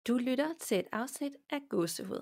Du lytter til et afsnit af Gåsehud.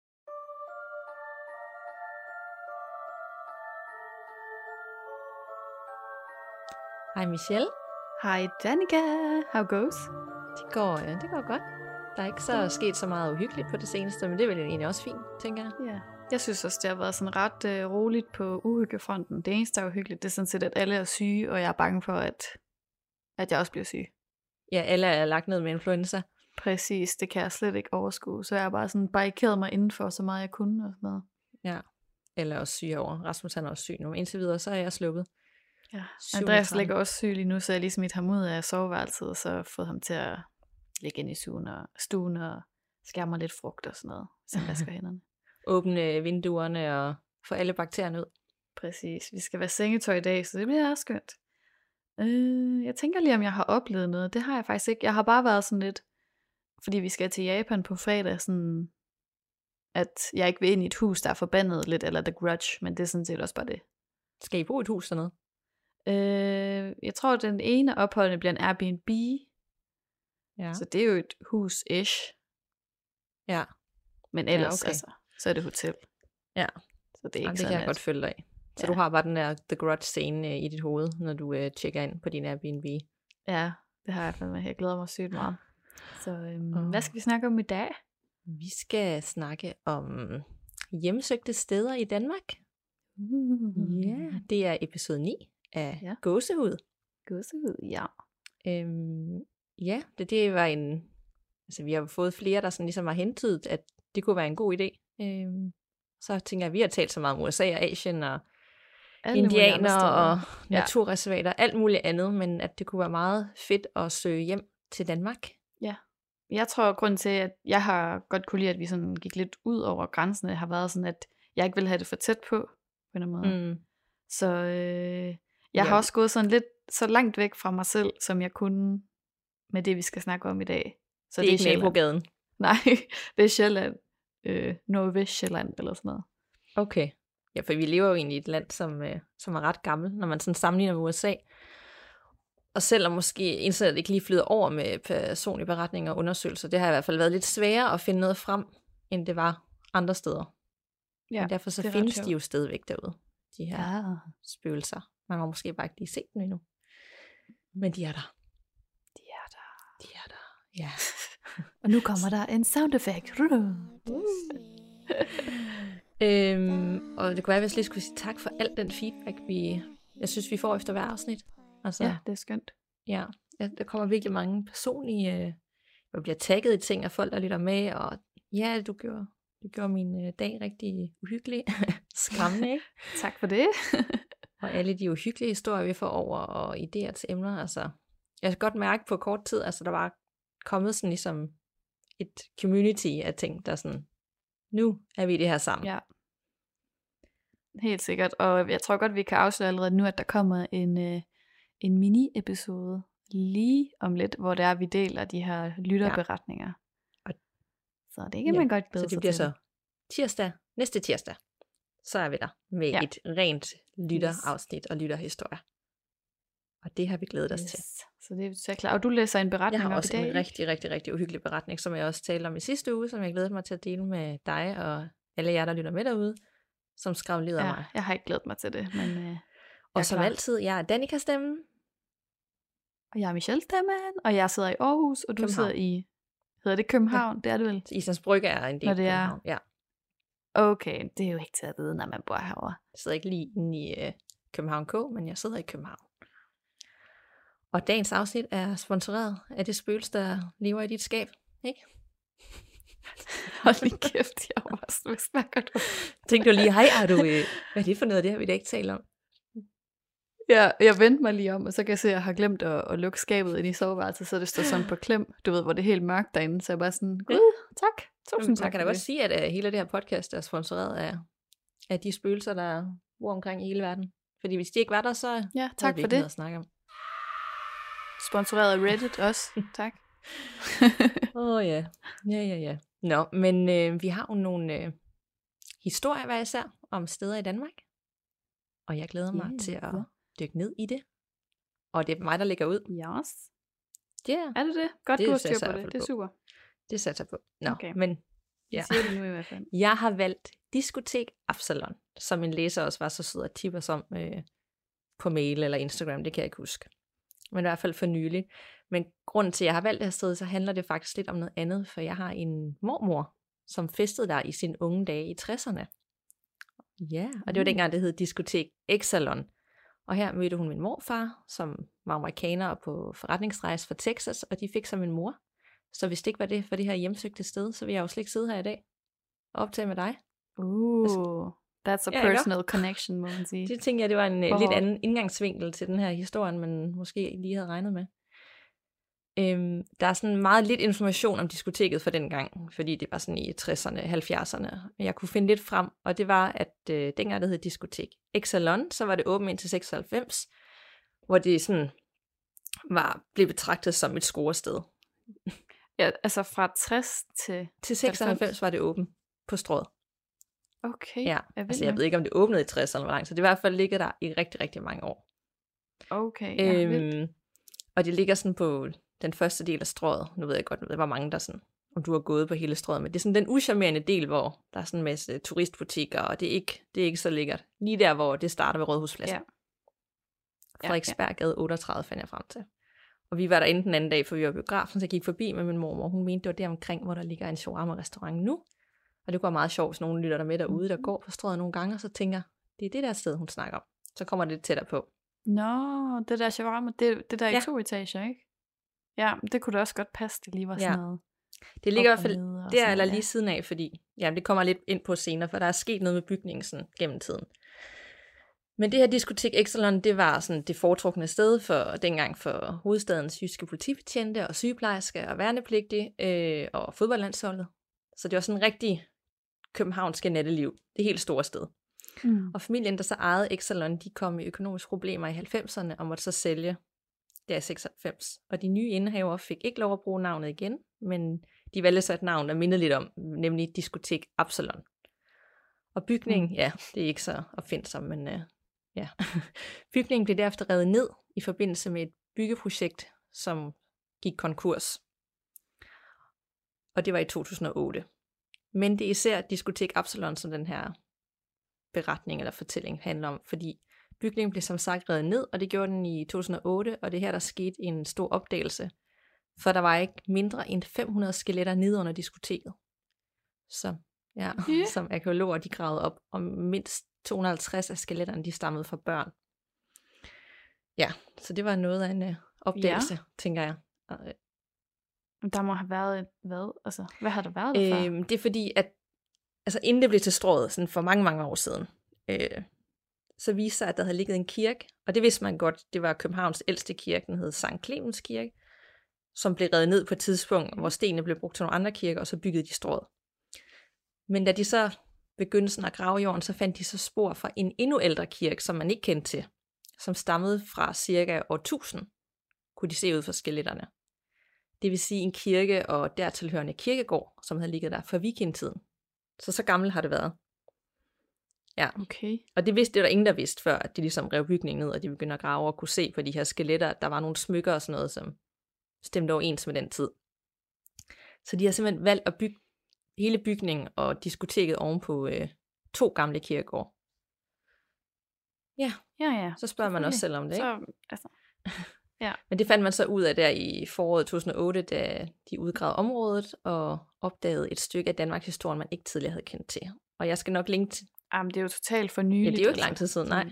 Hej Michelle. Hej Danica, how goes? Det går godt. Der er ikke så sket så meget uhyggeligt på det seneste, men det er vel egentlig også fint, tænker jeg. Ja, jeg synes også, det har været sådan ret roligt på uhyggefronten. Det eneste, der er uhyggeligt, det er sådan set, at alle er syge, og jeg er bange for, at jeg også bliver syg. Ja, alle er lagt ned med influenza. Præcis, det kan jeg slet ikke overskue. Så jeg har bare sådan barrikeret mig indenfor så meget jeg kunne og sådan noget. Ja, eller også syg over. Rasmus han er også syg nu. Indtil videre, så er jeg sluppet. Ja, Andreas ligger også syg lige nu, så jeg lige smidt ham ud af soveværelset, og så fået ham til at ligge ind i stuen og skære mig lidt frugt og sådan noget, så jeg vasker hænderne. Åbne vinduerne og få alle bakterierne ud. Præcis, vi skal være sengetøj i dag, så det bliver også skønt. Jeg tænker lige, om jeg har oplevet noget. Det har jeg faktisk ikke. Jeg har bare været sådan lidt, fordi vi skal til Japan på fredag, sådan at jeg ikke vil ind i et hus, der er forbandet lidt, eller The Grudge, men det er sådan set også bare det. Skal I bo i et hus dernede? Jeg tror, at den ene opholdende bliver en Airbnb. Ja. Så det er jo et hus-ish. Ja. Men ellers, ja, okay. altså, så er det hotel. Ja. Så det er ikke det sådan, kan jeg godt følge dig af. Så du har bare den der The Grudge-scene i dit hoved, når du tjekker ind på din Airbnb. Ja, det har jeg fandme. Jeg glæder mig sygt meget. Så hvad skal vi snakke om i dag? Vi skal snakke om hjemsøgte steder i Danmark. Ja, det er episode 9 af Gåsehud. Gåsehud, ja. Ja, det var en... Altså, vi har fået flere, der sådan ligesom har hentydet, at det kunne være en god idé. Så tænker jeg, at vi har talt så meget om USA og Asien og indianer og naturreservater, alt muligt andet, men at det kunne være meget fedt at søge hjem til Danmark. Ja, jeg tror, at grunden til, at jeg har godt kunne lide, at vi sådan gik lidt ud over grænsene, har været sådan, at jeg ikke ville have det for tæt på en eller anden måde. Så jeg har også gået sådan lidt så langt væk fra mig selv, som jeg kunne med det, vi skal snakke om i dag. Så det er ikke nabogaden? Nej, det er Sjælland. Nordvest-Sjælland eller sådan noget. Okay. Ja, for vi lever jo egentlig i et land, som er ret gammelt, når man sådan sammenligner med USA. Og selvom måske internettet ikke lige flyder over med personlige beretninger og undersøgelser, det har i hvert fald været lidt sværere at finde noget frem, end det var andre steder. Ja, men derfor så findes de jo stadigvæk derude, de her spøgelser. Man har måske bare ikke lige set dem endnu. Men de er der. De er der, ja. Og nu kommer der en sound effect. Og det kunne være, hvis jeg lige skulle sige tak for al den feedback, jeg synes, vi får efter hver afsnit. Altså, ja, det er skønt. Ja, der kommer virkelig mange personlige, jeg bliver tagget i ting af folk, der lytter med, og ja, du gjorde min dag rigtig uhyggelig, skræmmende, ikke? Tak for det. Og alle de uhyggelige historier, vi får over, og idéer til emner, altså, jeg kan godt mærke på kort tid, altså der var kommet sådan ligesom et community af ting, der sådan, nu er vi det her sammen. Ja. Helt sikkert, og jeg tror godt, vi kan afsløre allerede nu, at der kommer en mini-episode lige om lidt, hvor det er, vi deler de her lytterberetninger. Ja. Så det kan man godt glæde sig til. Så det bliver så næste tirsdag, så er vi der med et rent lytterafsnit og lytterhistorie. Og det har vi glædet os til. Så det er så klar. Og du læser en beretning op i dag? Jeg har også en rigtig, rigtig, rigtig uhyggelig beretning, som jeg også talte om i sidste uge, som jeg glæder mig til at dele med dig og alle jer, der lytter med derude, som skrev livet af mig. Jeg har ikke glædet mig til det, men og som altid, jeg er Danica stemmen. Og jeg er Michelle stemmen, og jeg sidder i Aarhus, og du sidder i, hedder det København? Ja. Det er det vel? Islands Brygge er en del af København, ja. Okay, det er jo ikke til at vide, når man bor herovre. Jeg sidder ikke lige inde i København K, men jeg sidder i København. Og dagens afsnit er sponsoreret af det spøgelse, der lever i dit skab, ikke? Hold lige kæft, jeg var også, hvad snakker du? Tænkte du lige, hej, hvad er det for noget, det har vi da ikke talt om? Ja, jeg vendte mig lige om, og så kan jeg se, at jeg har glemt at lukke skabet ind i soveværelset, så det står sådan på klem, du ved, hvor det er helt mørkt derinde, så jeg bare sådan, tak, tusind tak. Man kan da godt sige, at hele det her podcast er sponsoreret af de spøgelser, der bor omkring i hele verden. Fordi hvis de ikke var der, så tak vi for ikke det. Noget at snakke om. Sponsoreret af Reddit også, tak. Ja. Nå, men vi har jo nogle historier hver især om steder i Danmark. Og jeg glæder mig til at dykke ned i det. Og det er mig, der lægger ud. Yes. Yeah. Er det det? Godt, du har styr på det. Det er super. Det satte jeg på. Nå, Okay. men ja. Siger du nu i hvert fald. Jeg har valgt Diskotek Absalon, som min læser også var så sød at tippe os om på mail eller Instagram, det kan jeg ikke huske. Men i hvert fald for nylig. Men grunden til, at jeg har valgt det her sted, så handler det faktisk lidt om noget andet, for jeg har en mormor, som festede der i sine unge dage i 60'erne. Ja, og det var dengang, det hed Diskotek Exalon. Og her mødte hun min morfar, som var amerikaner på forretningsrejse fra Texas, og de fik så min mor. Så hvis det ikke var det for det her hjemsøgte sted, så ville jeg jo slet ikke sidde her i dag og optage med dig. That's a personal connection, må man sige. Det tænker jeg, det var en lidt anden indgangsvinkel til den her historie, man måske lige havde regnet med. Der er sådan meget lidt information om diskoteket for den gang, fordi det var sådan i 60'erne, 70'erne. Men jeg kunne finde lidt frem, og det var, at dengang det hed Diskotek Exalon, så var det åbent indtil 96, hvor det sådan blev betragtet som et scorested. Ja, altså fra 60 til 96 var det åbent på Strøget. Okay. Ja, altså jeg ved ikke, om det åbnede i 60'erne hvor langt, så det i hvert fald ligger der i rigtig, rigtig mange år. Okay, ja, og det ligger sådan på den første del af Strøget. Nu ved jeg godt, hvor mange der sådan, om du har gået på hele Strøget, men det er sådan den uschammerende del, hvor der er sådan en masse turistbutikker, og det er ikke så lækkert. Lige der, hvor det starter ved Rådhuspladsen. Ja. Frederiksberg Gade 38 fandt jeg frem til. Og vi var derinde den anden dag, for vi var biografen, så jeg gik forbi med min mormor. Hun mente, det var der omkring, hvor der ligger en shawarma-restaurant nu. Og det går meget sjovt, hvis nogen lytter der med derude, der går på Strøget nogle gange, og så tænker, det er det der sted, hun snakker om. Så kommer det lidt tættere på. Nå, det der shawarma, det der i 2 etager, ikke? Ja, det kunne da også godt passe, det lige var sådan noget. Det ligger i hvert fald der eller lige siden af, fordi det kommer lidt ind på senere, for der er sket noget med bygningen sådan, gennem tiden. Men det her Diskotek Exalon, det var sådan det foretrukne sted for hovedstadens jyske politibetjente og sygeplejersker og værnepligtige og fodboldlandsholdet. Så det var sådan en rigtig københavnske natteliv. Det helt store sted. Og familien, der så ejede Exalon, de kom i økonomiske problemer i 90'erne og måtte så sælge der i 96. Og de nye indehavere fik ikke lov at bruge navnet igen, men de valgte så et navn, der mindede lidt om, nemlig Diskotek Absalon. Og bygningen, det er ikke så opfindsom, men bygningen blev derefter revet ned i forbindelse med et byggeprojekt, som gik konkurs. Og det var i 2008. Men det er især Diskotek Absalon, som den her beretning eller fortælling handler om, fordi bygningen blev som sagt revet ned, og det gjorde den i 2008, og det her der skete en stor opdagelse, for der var ikke mindre end 500 skeletter nede under diskoteket. Så som arkæologer de gravede op, og mindst 250 af skeletterne de stammede fra børn. Ja, så det var noget af en opdagelse, tænker jeg. Der må have været hvad? Altså, hvad har der været der før? Det er fordi, at inden det blev til Strøget, sådan for mange, mange år siden, så viste sig, at der havde ligget en kirke, og det vidste man godt, det var Københavns ældste kirke, den hed Sankt Clemens Kirke, som blev revet ned på et tidspunkt, hvor stenene blev brugt til nogle andre kirker, og så byggede de Strøget. Men da de så begyndte sådan at grave i jorden, så fandt de så spor fra en endnu ældre kirke, som man ikke kendte til, som stammede fra cirka år 1000, kunne de se ud fra skeletterne. Det vil sige en kirke og dertilhørende kirkegård, som havde ligget der fra vikingetiden. Så gammel har det været. Ja, okay. Og det vidste det der ingen, der vidste før, at de ligesom rev bygningen ned, og de begyndte at grave og kunne se på de her skeletter, at der var nogle smykker og sådan noget, som stemte overens med den tid. Så de har simpelthen valgt at bygge hele bygningen og diskoteket ovenpå 2 gamle kirkegård. Ja. Så spørger man også selv om det, ikke? Ja. Men det fandt man så ud af der i foråret 2008, da de udgravede området og opdagede et stykke af Danmarks historie, man ikke tidligere havde kendt til. Og jeg skal nok linke til... Jamen, det er jo totalt for nyligt. Ja, det er jo ikke lang tid siden, nej.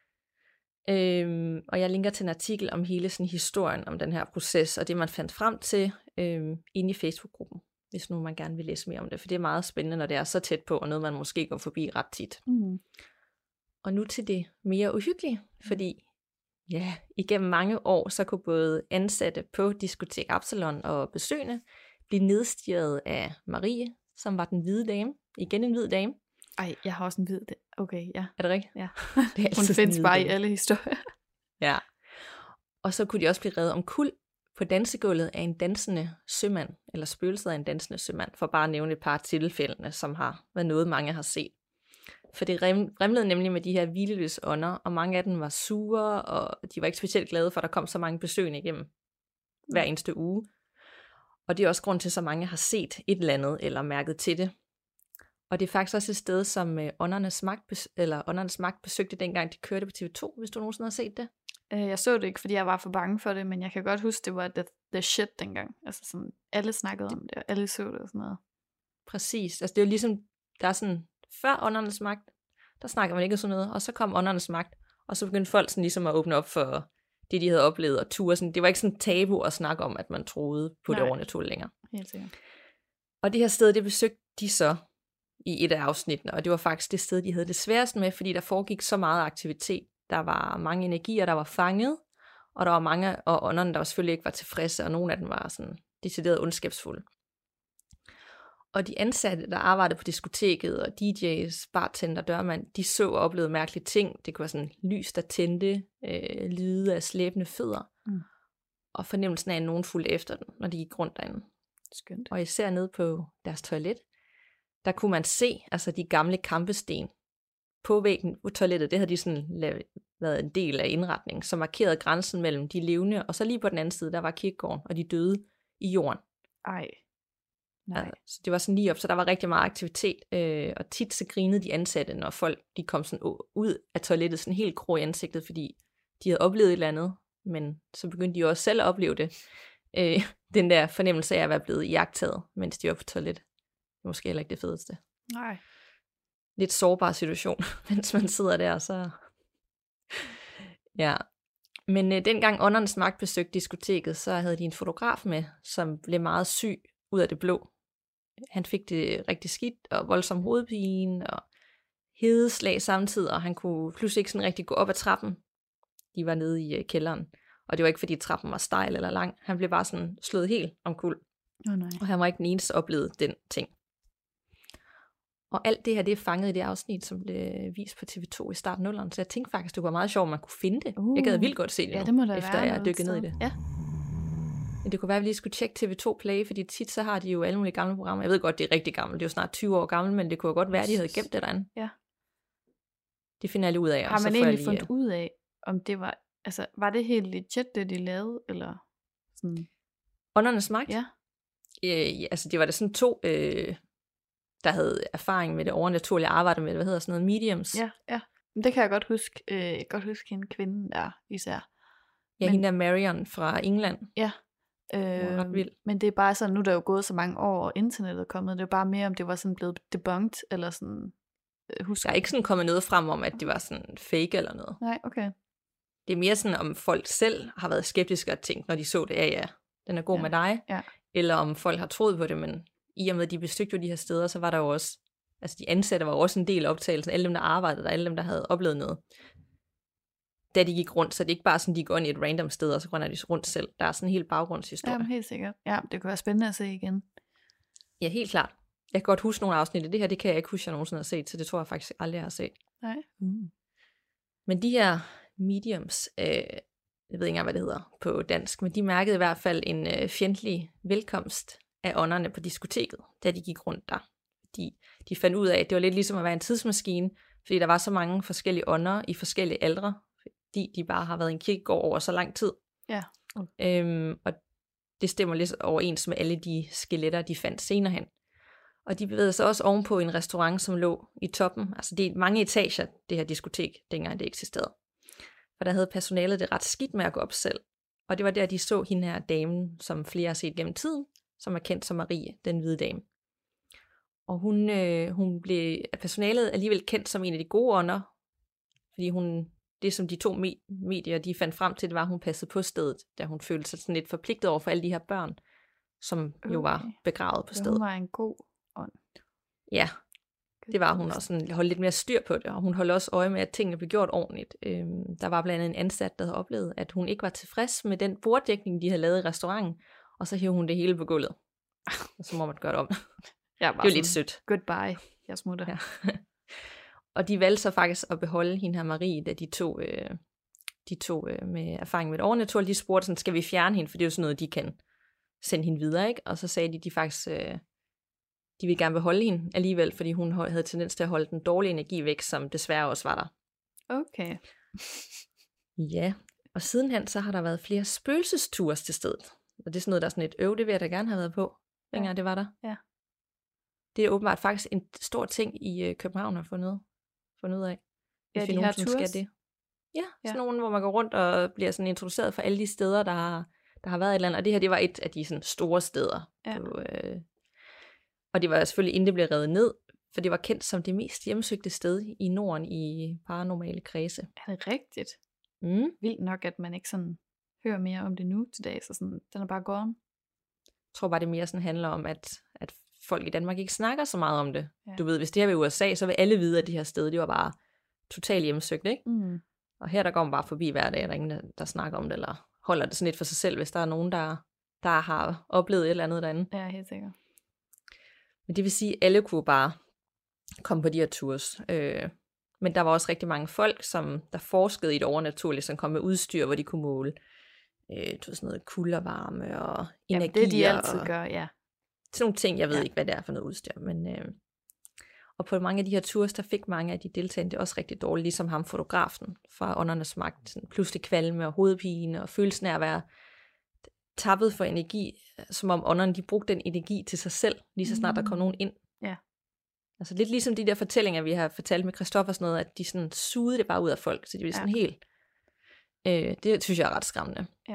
Og jeg linker til en artikel om hele sådan historien om den her proces, og det man fandt frem til inde i Facebook-gruppen, hvis nu man gerne vil læse mere om det, for det er meget spændende, når det er så tæt på, og noget man måske går forbi ret tit. Og nu til det mere uhyggelige, fordi igennem mange år, så kunne både ansatte på Diskotek Absalon og besøgende blive nedstirret af Marie, som var den hvide dame. Igen en hvid dame. Ej, jeg har også en hvid dame. Okay, ja. Er det rigtigt? Ja. Det er hun findes bare i alle historier. Ja. Og så kunne de også blive revet omkuld på dansegulvet af en dansende sømand, eller spøgelset af en dansende sømand, for bare at nævne et par tilfældene, som har været noget, mange har set. For det rimlede nemlig med de her hvileløse ånder, og mange af dem var sure, og de var ikke specielt glade for, at der kom så mange besøgende igennem hver eneste uge. Og det er også grund til, at så mange har set et eller andet, eller mærket til det. Og det er faktisk også et sted, som Åndernes Magt besøgte, dengang de kørte på TV2, hvis du nogensinde har set det. Jeg så det ikke, fordi jeg var for bange for det, men jeg kan godt huske, det var the shit dengang. Altså sådan, alle snakkede om det, og alle så det og sådan noget. Præcis. Altså det er jo ligesom, der er sådan, før Åndernes Magt, der snakker man ikke sådan noget, og så kom Åndernes Magt, og så begyndte folk sådan ligesom at åbne op for det, de havde oplevet, og ture. Sådan, det var ikke sådan tabu at snakke om, at man troede på det overnaturlige længere. Helt sikkert. Og det her sted, det besøgte de så i et af afsnittene, og det var faktisk det sted, de havde det sværest med, fordi der foregik så meget aktivitet. Der var mange energier, der var fanget, og der var mange af ånderne, der selvfølgelig ikke var tilfredse, og nogle af dem var sådan decideret ondskabsfulde. Og de ansatte, der arbejdede på diskoteket, og DJ's, bartender, dørmand, de så og oplevede mærkelige ting. Det kunne være sådan lys, der tændte, lyde af slæbende fødder, og fornemmelsen af, at nogen fulgte efter den, når de gik rundt derinde. Skønt. Og især nede på deres toilet, der kunne man se altså de gamle kampesten på væggen på toilettet. Det havde de sådan været en del af indretningen, som markerede grænsen mellem de levende, og så lige på den anden side, der var kirkegården, og de døde i jorden. Ej. Nej. Altså, så det var sådan lige op, så der var rigtig meget aktivitet, og tit så grinede de ansatte, når folk de kom sådan ud af toilettet, sådan helt grå i ansigtet, fordi de havde oplevet et eller andet, men så begyndte de jo også selv at opleve det. Den der fornemmelse af at være blevet iagttaget, mens de var på toilet. Måske heller ikke det fedeste. Nej. Lidt sårbar situation, mens man sidder der, så... Ja. Men dengang Åndernes Magt besøgte diskoteket, så havde de en fotograf med, som blev meget syg ud af det blå. Han fik det rigtig skidt, og voldsom hovedpine, og hedeslag samtidig, og han kunne pludselig ikke sådan rigtig gå op ad trappen. De var nede i kælderen, og det var ikke fordi trappen var stejl eller lang. Han blev bare sådan slået helt omkuld. Nej. Og han var ikke den eneste, der oplevede den ting. Og alt det her, det er fanget i det afsnit, som blev vist på TV2 i starten af 0'erne. Så jeg tænkte faktisk, det var meget sjovt, at man kunne finde det. Jeg gad vildt godt se det, det må nu, efter jeg dykkede ned i det. Ja. Men det kunne være, at vi lige skulle tjekke TV2 Play, fordi tit så har de jo alle mulige gamle programmer. Jeg ved godt, det er rigtig gammelt. Det er jo snart 20 år gammelt, men det kunne godt være, at de havde gemt det derinde. Ja. Det finder jeg lige ud af. Har man egentlig fundet ud af, om det var... Altså, var det helt legit, det de lavede, eller sådan... Åndernes Magt? Ja. Altså, det var det sådan to, der havde erfaring med det overnaturlige arbejde med, hvad hedder sådan noget, mediums. Ja. Det kan jeg godt huske. Godt huske hende kvinden der, især. Ja, hende der Marion fra England. Ja. Ret vild. Men det er bare sådan, nu er der jo gået så mange år, og internettet er kommet, det er bare mere, om det var sådan blevet debunked, eller sådan... Der er ikke sådan kommet noget frem om, at det var sådan fake eller noget. Nej, okay. Det er mere sådan, om folk selv har været skeptiske og tænkt, når de så det, ja, den er god med dig. Ja. Eller om folk har troet på det, men i og med, at de besøgte de her steder, så var der jo også, altså de ansatte var også en del af optagelsen, alle dem, der arbejdede der, alle dem, der havde oplevet noget. Da de gik rundt, så det er ikke bare sådan, de går ind i et random sted, og så render de rundt selv. Der er sådan en hel baggrundshistorie. Jamen, helt sikkert. Ja, det kunne være spændende at se igen. Ja, helt klart. Jeg kan godt huske nogle afsnit af det her, det kan jeg ikke huske, jeg nogensinde har set, så det tror jeg faktisk aldrig, jeg har set. Nej. Men de her mediums, jeg ved ikke engang, hvad det hedder på dansk, men de mærkede i hvert fald en fjendtlig velkomst af ånderne på diskoteket, da de gik rundt der. De fandt ud af, at det var lidt ligesom at være en tidsmaskine, fordi der var så mange forskellige ånder i forskellige aldre, fordi de bare har været i en kirkegård over så lang tid. Ja. Og det stemmer lidt overens med alle de skeletter, de fandt senere hen. Og de bevægede sig også ovenpå en restaurant, som lå i toppen. Altså det er mange etager, det her diskotek, dengang det eksisterede. For der havde personalet det ret skidt med at gå op selv. Og det var der, de så hende her damen, som flere har set gennem tiden, som er kendt som Marie, den hvide dame. Og hun blev af personalet alligevel kendt som en af de gode ånder, fordi det som de to medier, de fandt frem til, det var, at hun passede på stedet, da hun følte sig sådan lidt forpligtet over for alle de her børn, som jo var begravet på stedet. Hun var en god ånd. Ja, det var hun også, sådan, holdt lidt mere styr på det, og hun holdt også øje med, at tingene blev gjort ordentligt. Der var blandt andet en ansat, der havde oplevet, at hun ikke var tilfreds med den borddækning, de havde lavet i restauranten, og så hævde hun det hele på gulvet. Og så må man gøre det om. Det var lidt sødt. Goodbye, jeg smutter. Ja. Og de valgte så faktisk at beholde hende her Marie, da de to med erfaring med det overnaturlige, de spurgte sådan, skal vi fjerne hende, for det er jo sådan noget, de kan sende hende videre, ikke? Og så sagde de faktisk, de ville gerne beholde hende alligevel, fordi hun havde tendens til at holde den dårlige energi væk, som desværre også var der. Okay. Ja, og sidenhen så har der været flere spøgelsesture til stedet. Og det er sådan noget, der er sådan et det vil jeg da gerne have været på, dengang det var der. Ja. Det er åbenbart faktisk en stor ting i København at få noget ud af. Ja, de her tours. Skal det. Ja, sådan nogle, hvor man går rundt og bliver sådan introduceret for alle de steder, der har været et eller andet. Og det her, det var et af de sådan store steder. Ja. Og det var selvfølgelig, inden det blev revet ned, for det var kendt som det mest hjemsøgte sted i Norden i paranormale kredse. Er det rigtigt? Vildt nok, at man ikke sådan hører mere om det nu til dag, så sådan, den er bare gone. Jeg tror bare, det mere sådan handler om, at folk i Danmark ikke snakker så meget om det. Ja. Du ved, hvis det her var i USA, så vil alle vide, at de her steder, det var bare totalt hjemsøgt, ikke? Og her der går man bare forbi hver dag, og der er ingen, der snakker om det, eller holder det sådan lidt for sig selv, hvis der er nogen, der har oplevet et eller andet derinde. Ja, helt sikkert. Men det vil sige, at alle kunne bare komme på de her tours. Men der var også rigtig mange folk, som der forskede i det overnaturlige, som kom med udstyr, hvor de kunne måle sådan noget kuldervarme og energi. Ja, det de altid gør, ja. Sådan nogle ting, jeg ved ikke, hvad det er for noget udstyr. Men, og på mange af de her tours, der fik mange af de deltagende det også rigtig dårligt, ligesom ham fotografen fra Åndernes Magt. Sådan pludselig kvalme og hovedpine og følelsen af at være tappet for energi, som om ånderne de brugte den energi til sig selv, lige så snart der kom nogen ind. Ja. Altså lidt ligesom de der fortællinger, vi har fortalt med Christoffer og sådan noget, at de sådan sugede det bare ud af folk, så de blev sådan helt... det synes jeg er ret skræmmende. Ja.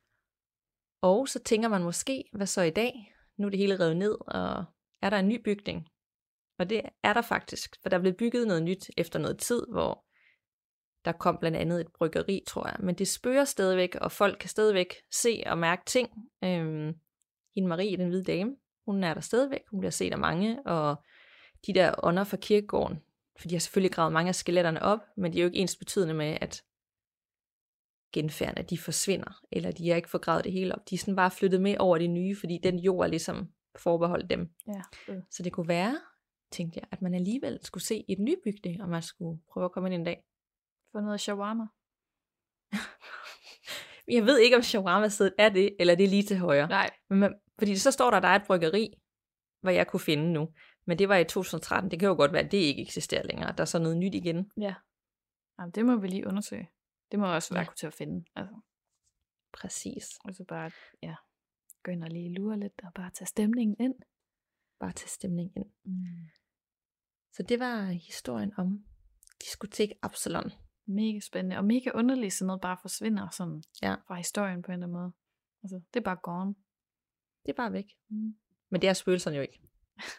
Og så tænker man måske, hvad så i dag? Nu er det hele revet ned, og er der en ny bygning? Og det er der faktisk, for der blev bygget noget nyt efter noget tid, hvor der kom blandt andet et bryggeri, tror jeg. Men det spørger stadigvæk, og folk kan stadigvæk se og mærke ting. Hende Marie, den hvide dame, hun er der stadigvæk, hun bliver set af mange, og de der ånder fra kirkegården, for de har selvfølgelig gravet mange af skeletterne op, men de er jo ikke ens betydende med, at genfærdene, de forsvinder, eller de har ikke fået gravet det hele op. De er sådan bare flyttet med over det nye, fordi den jord er ligesom forbeholdt dem. Ja. Så det kunne være, tænkte jeg, at man alligevel skulle se et ny bygning, og man skulle prøve at komme ind en dag. For noget shawarma. Jeg ved ikke, om shawarma-stedet er det, eller det er lige til højre. Nej. Men fordi så står der er et bryggeri, hvad jeg kunne finde nu. Men det var i 2013. Det kan jo godt være, at det ikke eksisterer længere. Der er så noget nyt igen. Ja. Jamen, det må vi lige undersøge. Det må også være kunne til at finde. Altså. Præcis. Og så bare, gå ind og lige lure lidt, og bare tage stemningen ind. Bare tage stemningen ind. Så det var historien om Diskotek Absalon. Mega spændende, og mega underligt, sådan noget bare forsvinder sådan fra historien på en eller anden måde. Altså, det er bare gone. Det er bare væk. Men det er spøgelserne jo ikke.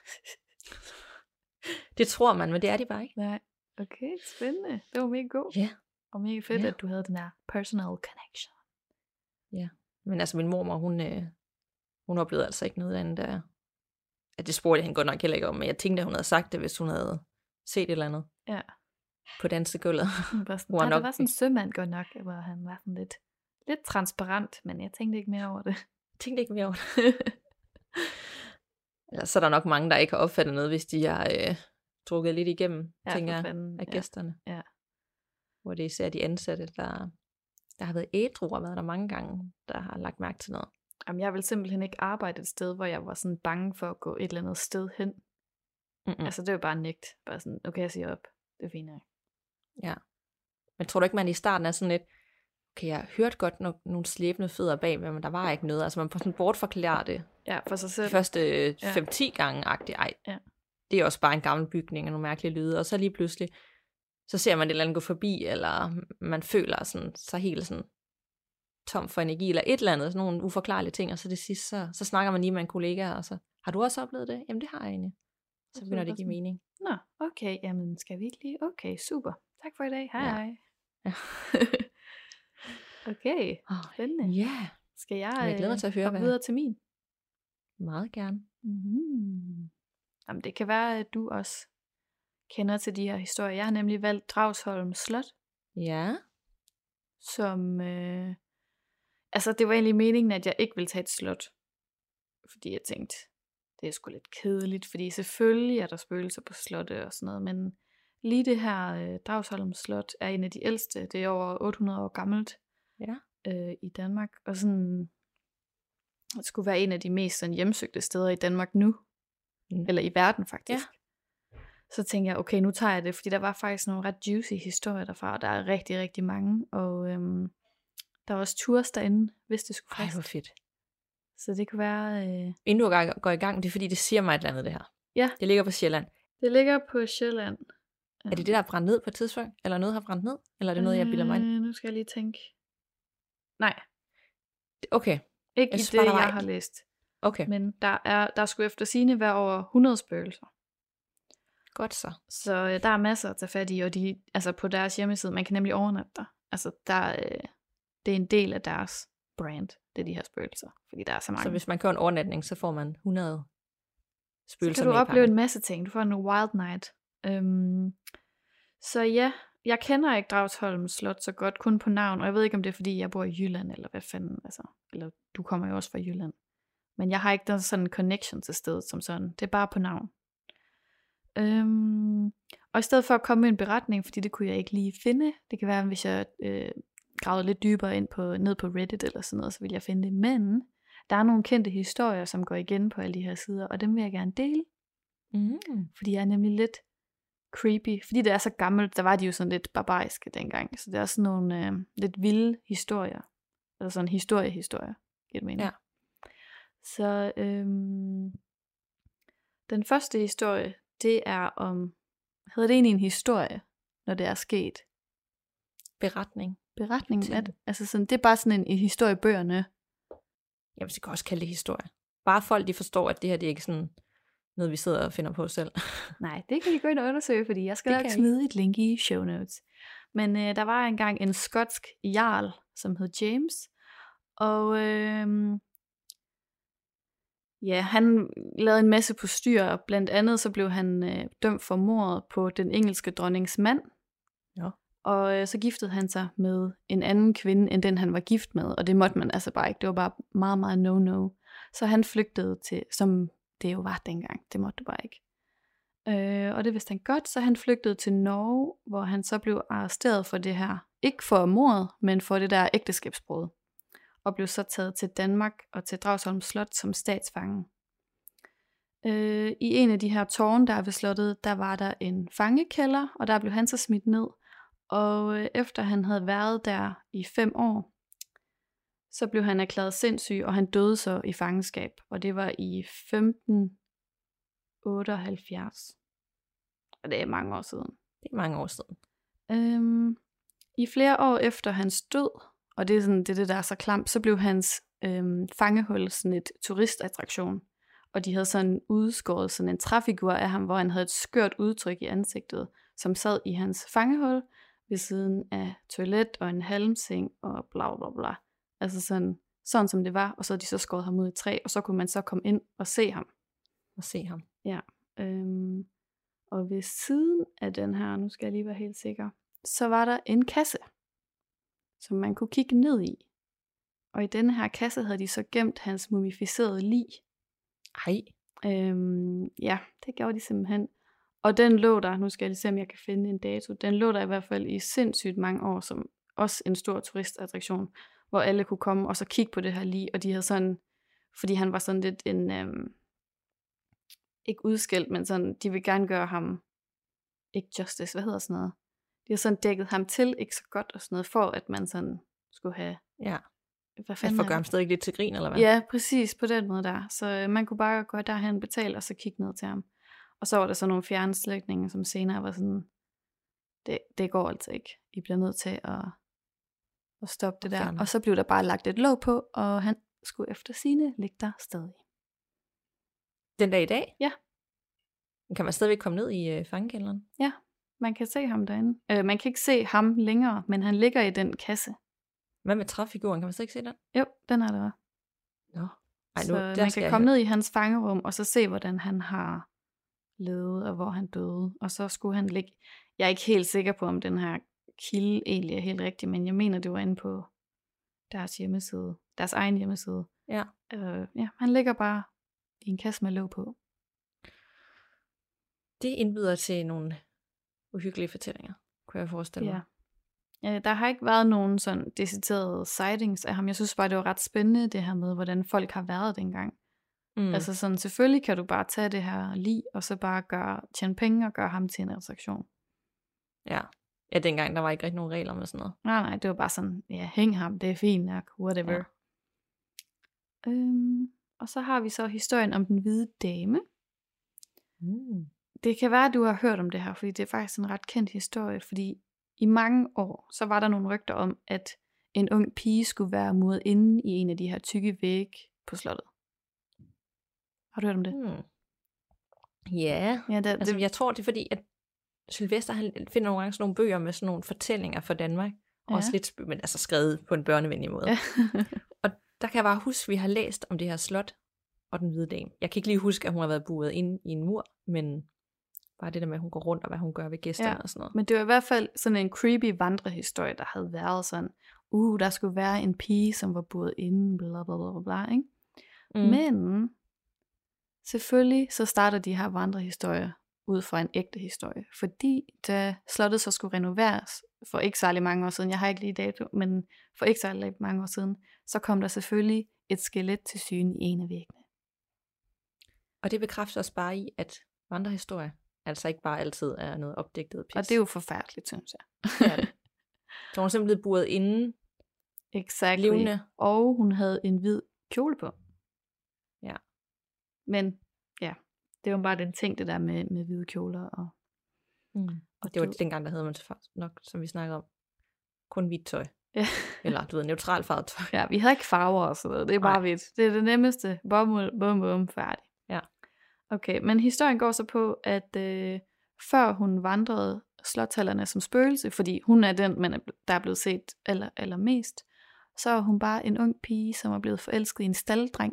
Det tror man, men det er de bare ikke. Nej. Okay, spændende. Det var mega god. Ja. Og mega fedt, at du havde den her personal connection. Ja. Men altså min mormor, hun oplevede altså ikke noget andet der. At det spurgte jeg hende godt nok heller ikke om, men jeg tænkte, at hun havde sagt det, hvis hun havde set et eller andet. Ja. På dansegulvet. Det var sådan en sømand godt nok, hvor han var sådan lidt transparent, men jeg tænkte ikke mere over det. Ellers så er der nok mange, der ikke har opfattet noget, hvis de har drukket lidt igennem, tænker jeg, af gæsterne. Ja. Hvor det er især de ansatte, der har været ædru og været der mange gange, der har lagt mærke til noget. Jamen, jeg vil simpelthen ikke arbejde et sted, hvor jeg var sådan bange for at gå et eller andet sted hen. Altså, det var bare nægt. Bare sådan, okay, jeg siger op. Det er fint, Ja. Men tror du ikke, man i starten er sådan lidt, okay, jeg har hørt godt nogle slæbende fødder bag, men der var ikke noget. Altså, man får sådan bortforklare det. Ja, for sig selv. De første 5-10 gange-agtigt. Det er også bare en gammel bygning og nogle mærkelige lyde. Og så lige pludselig, så ser man et eller andet gå forbi, eller man føler sådan, så helt sådan tom for energi, eller et eller andet, sådan nogle uforklarlige ting, og så det sidste, så snakker man lige med en kollega, og så, har du også oplevet det? Jamen det har jeg egentlig. Så begynder det at give mening. Nå, okay, jamen skal vi ikke lige? Okay, super. Tak for i dag. Hej. Ja. Okay, spændende. Ja. Skal jeg glæder mig til at høre, komme videre til min? Meget gerne. Jamen det kan være, at du også kender til de her historier. Jeg har nemlig valgt Dragsholm Slot. Ja. Som, altså det var egentlig meningen, at jeg ikke ville tage et slot. Fordi jeg tænkte, det er sgu lidt kedeligt, fordi selvfølgelig er der spøgelser på slotte og sådan noget, men lige det her Dragsholm Slot er en af de ældste. Det er over 800 år gammelt i Danmark, og sådan, det skulle være en af de mest sådan, hjemsøgte steder i Danmark nu, eller i verden faktisk. Ja. Så tænkte jeg, okay, nu tager jeg det, fordi der var faktisk nogle ret juicy historier derfra, og der er rigtig, rigtig mange, og der var også tours derinde, hvis det skulle friste. Ej, hvor fedt. Så det kunne være... Inden du går i gang, det er fordi, det siger mig et eller andet, det her. Ja. Det ligger på Sjælland. Det ligger på Sjælland. Er det det, der er brændt ned på et tidspunkt? Eller noget har brændt ned? Eller er det noget, jeg bilder mig ind? Nu skal jeg lige tænke. Nej. Okay. Ikke i det, jeg har læst. Okay. Men der skulle efter sigende være over 100 spøgelser. Godt så. Så der er masser at tage fat i, og de, altså på deres hjemmeside, man kan nemlig overnatte der. Altså det er en del af deres brand, det er de her spøgelser, fordi der er så mange. Så hvis man kører en overnatning, så får man 100 spøgelser. Så kan du opleve en masse ting. Du får en wild night. Så ja, jeg kender ikke Dragsholm Slot så godt, kun på navn, og jeg ved ikke, om det er, fordi jeg bor i Jylland, eller hvad fanden, altså. Eller du kommer jo også fra Jylland. Men jeg har ikke sådan en connection til stedet som sådan. Det er bare på navn. Og i stedet for at komme med en beretning, fordi det kunne jeg ikke lige finde, det kan være, hvis jeg gravede lidt dybere ned på Reddit eller sådan noget, så vil jeg finde det. Men der er nogle kendte historier, som går igen på alle de her sider, og dem vil jeg gerne dele. Fordi jeg er nemlig lidt creepy. Fordi det er så gammelt, der var de jo sådan lidt barbariske dengang. Så det er sådan nogle lidt vilde historier. Eller sådan historier. Giver det mening? Ja. Så den første historie, det er om, hedder det egentlig en historie, når det er sket? Beretning. Altså sådan, det er bare sådan en historie i bøgerne. Jeg vil også kalde det historie. Bare folk, de forstår, at det her, det er ikke sådan noget, vi sidder og finder på selv. Nej, det kan I gå ind og undersøge, fordi jeg skal nok smide et link i show notes. Men der var engang en skotsk jarl, som hed James, og ja, han lavede en masse postyr, og blandt andet så blev han dømt for mordet på den engelske dronnings mand. Ja. Og så giftede han sig med en anden kvinde, end den han var gift med, og det måtte man altså bare ikke. Det var bare meget, meget no-no. Så han flygtede til, som det jo var dengang, det måtte du bare ikke. Og det vidste han godt, så han flygtede til Norge, hvor han så blev arresteret for det her. Ikke for mordet, men for det der ægteskabsbrud. Og blev så taget til Danmark og til Dragsholm Slot som statsfange. I en af de her tårne, der er ved slottet, der var der en fangekælder, og der blev han så smidt ned. Og efter han havde været der i 5 år, så blev han erklæret sindssyg, og han døde så i fangenskab. Og det var i 1578. Og det er mange år siden. Det er mange år siden. I flere år efter hans død, og det er sådan, det der er så klamt, så blev hans fangehul sådan et turistattraktion. Og de havde sådan udskåret sådan en træfigur af ham, hvor han havde et skørt udtryk i ansigtet, som sad i hans fangehul ved siden af toilet og en halmseng og bla bla bla. Altså sådan som det var, og så havde de så skåret ham ud i træ, og så kunne man så komme ind og se ham. Ja. Og ved siden af den her, nu skal jeg lige være helt sikker, så var der en kasse, som man kunne kigge ned i. Og i denne her kasse havde de så gemt hans mumificerede lig. Ej. Ja, det gjorde de simpelthen. Og den lå der, nu skal jeg lige se, om jeg kan finde en dato, den lå der i hvert fald i sindssygt mange år, som også en stor turistattraktion, hvor alle kunne komme og så kigge på det her lig, og de havde sådan, fordi han var sådan lidt en, ikke udskilt, men sådan, de vil gerne gøre ham, ikke justice, hvad hedder sådan noget? De har sådan dækket ham til, ikke så godt og sådan noget, for at man sådan skulle have, ja. Hvad fanden at få gøre ham stadig lidt til grin, eller hvad? Ja, præcis, på den måde der. Så man kunne bare gå derhen, betale, og så kigge ned til ham. Og så var der så nogle fjernslægtninge, som senere var sådan, det går altså ikke. I bliver nødt til at stoppe det der. Fjerne. Og så blev der bare lagt et låg på, og han skulle efter sigende ligge der stadig. Den dag i dag? Ja. Kan man stadigvæk komme ned i fangekælderen? Ja, man kan se ham derinde. Man kan ikke se ham længere, men han ligger i den kasse. Hvad med træfiguren? Kan man så ikke se den? Jo, den er der. Nå. Ej, så man kan komme ned i hans fangerum, og så se, hvordan han har levet, og hvor han døde. Og så skulle han ligge. Jeg er ikke helt sikker på, om den her kilde egentlig er helt rigtig, men jeg mener, det var inde på deres hjemmeside. Deres egen hjemmeside. Ja. Ja, han ligger bare i en kasse med låg på. Det indbyder til nogle uhyggelige fortællinger, kunne jeg forestille mig. Ja. Der har ikke været nogen sådan deciderede sightings af ham. Jeg synes bare, det var ret spændende, det her med, hvordan folk har været dengang. Altså sådan, selvfølgelig kan du bare tage det her lig, og så bare tjene penge og gøre ham til en attraktion. Ja. Ja, dengang der var ikke rigtig nogen regler med sådan noget. Nej, det var bare sådan, ja, hæng ham, det er fint nok, whatever. Ja. Og så har vi så historien om den hvide dame. Det kan være, at du har hørt om det her, fordi det er faktisk en ret kendt historie, fordi i mange år, så var der nogle rygter om, at en ung pige skulle være muret inde i en af de her tykke vægge på slottet. Har du hørt om det? Ja, jeg tror det er fordi, at Sylvester han finder nogle gange sådan nogle bøger med sådan nogle fortællinger fra Danmark, og også lidt, men altså skrevet på en børnevenlig måde. Ja. Og der kan jeg bare huske, at vi har læst om det her slot og den hvide dame. Jeg kan ikke lige huske, at hun har været buret inde i en mur, men bare det der med, at hun går rundt, og hvad hun gør ved gæsterne og sådan noget. Men det var i hvert fald sådan en creepy vandrehistorie, der havde været sådan, der skulle være en pige, som var buret inde, bla bla bla bla, ikke? Men selvfølgelig så starter de her vandrehistorier ud fra en ægte historie, fordi da slottet så skulle renoveres for ikke særlig mange år siden, jeg har ikke lige dato, men for ikke særlig mange år siden, så kom der selvfølgelig et skelet til syne i en af væggene. Og det bekræfter os bare i, at vandrehistorier altså ikke bare altid er noget opdigtet pis. Og det er jo forfærdeligt, synes jeg. Ja, det. Så hun er simpelthen buret inde. Exakt. Levende. Og hun havde en hvid kjole på. Ja. Men ja, det var bare den ting, det der med hvide kjoler. Og det var dengang, der havde man nok, som vi snakkede om, kun hvidt tøj. Ja. Eller du ved, neutralt farvet tøj. Ja, vi havde ikke farver og sådan noget. Det er bare hvidt. Det er det nemmeste. Bum, færdig. Ja. Okay, men historien går så på, at før hun vandrede slotshallerne som spøgelse, fordi hun er den, der er blevet set allermest, så er hun bare en ung pige, som er blevet forelsket i en stalddreng.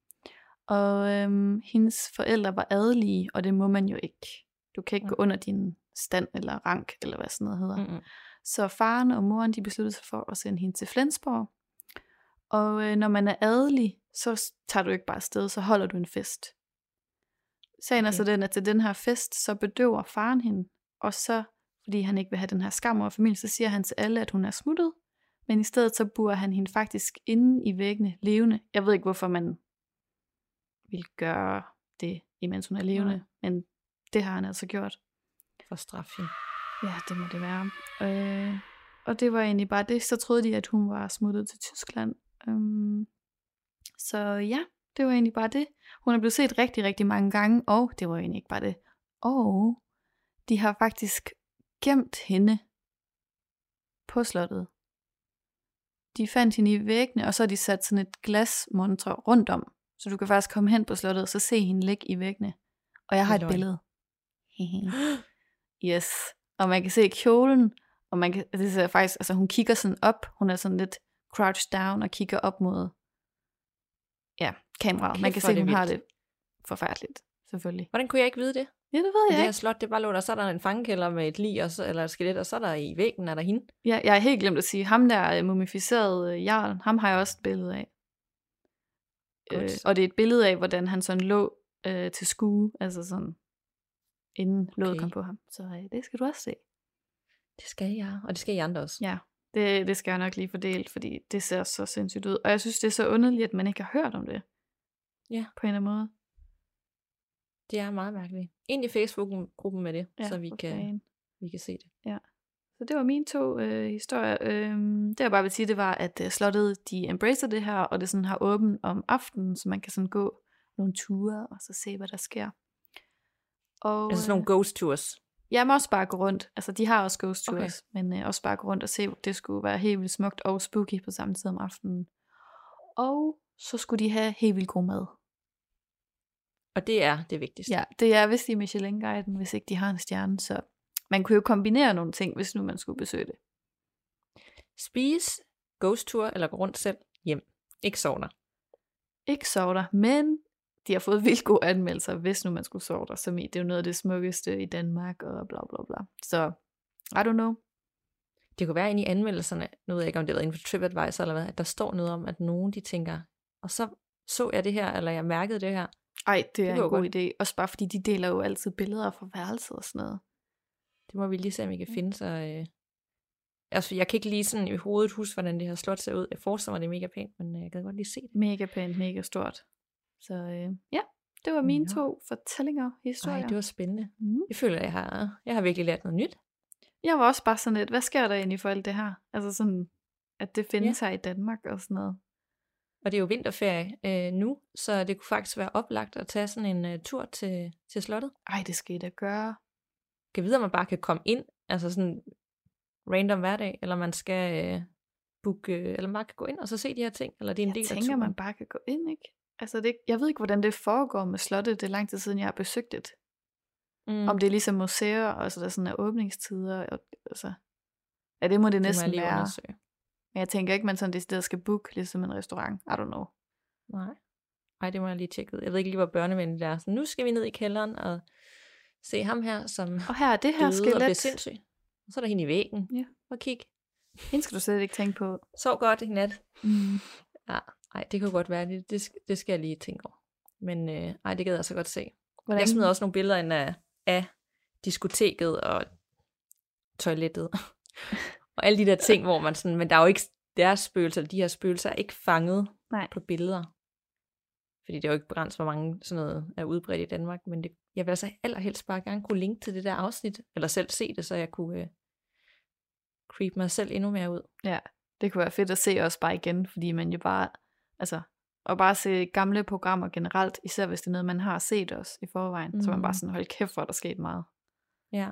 Og hendes forældre var adelige, og det må man jo ikke. Du kan ikke gå under din stand eller rank, eller hvad sådan noget hedder. Så faren og moren, de besluttede sig for at sende hende til Flensborg. Og når man er adelig, så tager du ikke bare afsted, så holder du en fest. Sagen er så den, at til den her fest, så bedøver faren hende, og så, fordi han ikke vil have den her skam over familien, så siger han til alle, at hun er smuttet, men i stedet så burer han hende faktisk inde i væggene levende. Jeg ved ikke, hvorfor man vil gøre det, imens hun er levende, men det har han altså gjort. For straf hende. Ja, det må det være. Og det var egentlig bare det, så troede de, at hun var smuttet til Tyskland. Så ja, det var egentlig bare det. Hun er blevet set rigtig, rigtig mange gange, og det var egentlig ikke bare det. Og de har faktisk gemt hende på slottet. De fandt hende i væggene, og så har de sat sådan et glasmontre rundt om. Så du kan faktisk komme hen på slottet, og så se hende ligge i væggene. Og jeg har et billede. Yes. Og man kan se kjolen, og man kan, det er faktisk, altså hun kigger sådan op, hun er sådan lidt crouched down, og kigger op mod kameraet. Okay, man kan se, hun har det forfærdeligt, selvfølgelig. Hvordan kunne jeg ikke vide det? Ja, det ved jeg ikke. Det her slot, det bare lå der, så er der en fangekælder med et lig, eller et skelet, og så er der i væggen, er der hende. Ja, jeg har helt glemt at sige, ham der mumificerede jarl, ham har jeg også et billede af. Og det er et billede af, hvordan han sådan lå til skue, altså sådan, inden låget kom på ham. Så det skal du også se. Det skal jeg, og det skal I andre også. Ja, det skal jeg nok lige fordele, fordi det ser så sindssygt ud. Og jeg synes, det er så underligt, at man ikke har hørt om det. Ja. På en eller anden måde. Det er meget mærkeligt. Ind i Facebook-gruppen med det, så vi kan se det. Ja. Så det var mine 2 historier. Det jeg bare vil sige, det var, at slottet, de embracer det her, og det sådan har åbent om aftenen, så man kan sådan gå nogle ture, og så se, hvad der sker. Og, altså sådan nogle ghost tours? Jeg må også bare gå rundt. Altså, de har også ghost tours, men også bare gå rundt og se, det skulle være helt vildt smukt og spooky på samme tid om aftenen. Og så skulle de have helt vildt god mad. Og det er det vigtigste. Ja, det er vist i Michelin-guiden, hvis ikke de har en stjerne, så man kunne jo kombinere nogle ting, hvis nu man skulle besøge det. Spise, ghost tour eller gå rundt selv hjem. Ikke sove der. Ikke sove der, men de har fået vildt gode anmeldelser, hvis nu man skulle sove der, som i, det er jo noget af det smukkeste i Danmark, og bla bla bla. Så, I don't know. Det kunne være inde i anmeldelserne, nu ved jeg ikke, om det har været inden for TripAdvisor eller hvad, at der står noget om, at nogen de tænker, og så jeg det her, eller jeg mærkede det her. Ej, det er en god idé. Også bare fordi de deler jo altid billeder fra værelset og sådan noget. Det må vi lige se, om vi kan finde. Så, altså, jeg kan ikke lige sådan i hovedet huske, hvordan det her slot ser ud. Jeg forestiller mig, det er mega pænt, men jeg kan godt lige se det. Mega pænt, mega stort. Så ja, det var mine 2 fortællinger, historier. Ej, det var spændende. Jeg føler, at jeg har virkelig lært noget nyt. Jeg var også bare sådan lidt, hvad sker der egentlig for alt det her? Altså sådan, at det findes her i Danmark og sådan noget. Og det er jo vinterferie nu, så det kunne faktisk være oplagt at tage sådan en tur til slottet. Ej, det skal I da gøre. Kan vide, om man bare kan komme ind, altså sådan random hverdag, eller man skal booke, eller man bare kan gå ind og så se de her ting, eller det er en del af turen. Jeg tænker, man bare kan gå ind, ikke? Altså, jeg ved ikke, hvordan det foregår med slottet. Det er lang tid siden, jeg har besøgt det. Om det er ligesom museer, altså der sådan er åbningstider. Altså, ja, det må det næsten være. Undersøge. Men jeg tænker ikke, man sådan det sted skal booke, ligesom en restaurant. I don't know. Nej, det må jeg lige tjekke ud. Jeg ved ikke lige, hvor børnevenligt det er. Så nu skal vi ned i kælderen og se ham her, som og her er det her skelet. Og bliver sindssyg. Og så er der hende i væggen. Ja. Og kig. Hende skal du slet ikke tænke på. Sov godt i nat. Ja, ej, det kan godt være. Det skal jeg lige tænke over. Men det gad jeg så godt se. Hvordan? Jeg smider også nogle billeder ind af diskoteket og toilettet. Og alle de der ting, hvor man sådan, men der er jo ikke deres spøgelser, de her spøgelser er ikke fanget på billeder. Fordi det er jo ikke begrænset, hvor mange sådan noget er udbredt i Danmark, men jeg vil altså allerhelst bare gerne kunne linke til det der afsnit, eller selv se det, så jeg kunne creep mig selv endnu mere ud. Ja, det kunne være fedt at se også bare igen, fordi man jo bare, altså, og bare se gamle programmer generelt, især hvis det er noget, man har set også i forvejen, så man bare sådan, hold kæft, hvor der sket meget. Ja.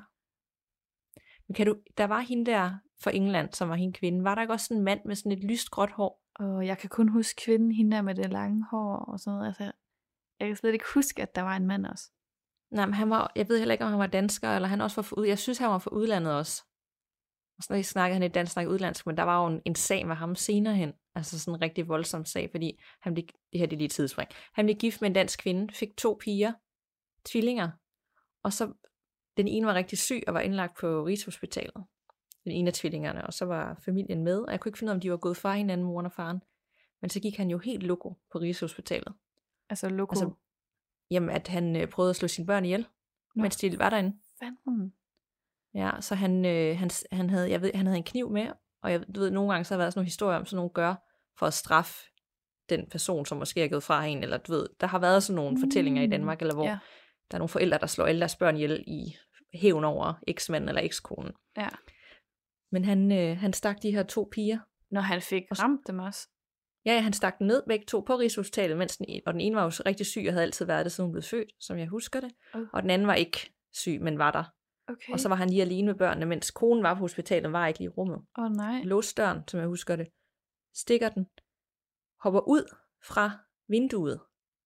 Men der var hende der fra England, som var hende kvinde. Var der ikke også sådan en mand med sådan et lyst gråt hår? Og jeg kan kun huske kvinden, hende der med det lange hår og sådan noget. Altså, jeg kan slet ikke huske, at der var en mand også. Nej, men jeg ved heller ikke, om han var dansker, eller han også var fra jeg synes, han var fra udlandet også. Og så snakkede han et dansk, snakkede udlandsk, men der var jo en sag med ham senere hen. Altså sådan en rigtig voldsom sag, fordi det her det er lige et tidsspring. Han blev gift med en dansk kvinde, fik 2 piger, tvillinger. Og så den ene var rigtig syg og var indlagt på Rigshospitalet. Den ene af tvillingerne, og så var familien med, og jeg kunne ikke finde ud af, om de var gået fra hinanden, moren og faren. Men så gik han jo helt loco på Rigshospitalet. Altså loco? Jamen, at han prøvede at slå sine børn ihjel, mens de var derinde. Fanden. Ja, så han havde en kniv med, og jeg ved, nogle gange så har der været sådan nogle historier om, sådan nogle gør for at straffe den person, som måske er gået fra hende, eller du ved, der har været sådan nogle fortællinger i Danmark, eller hvor der er nogle forældre, der slår alle deres børn ihjel i hævn over eksmanden eller ekskonen. Ja. Men han stak de her 2 piger. Når han fik ramt dem også? Ja, han stak dem ned begge 2 på Rigshospitalet, og den ene var jo rigtig syg og havde altid været det, siden hun blev født, som jeg husker det. Og den anden var ikke syg, men var der. Okay. Og så var han lige alene med børnene, mens konen var på hospitalet, var ikke lige i rummet. Nej. Låste døren, som jeg husker det. Stikker den. Hopper ud fra vinduet.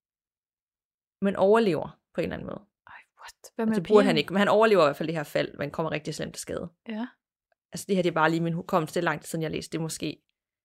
Men overlever på en eller anden måde. Ej, what? Hvad med det burde han ikke, men han overlever i hvert fald det her fald, men kommer rigtig slemt til skade. Ja. Altså det her, det er bare lige min hukommelse, det er langt siden jeg læste, det er måske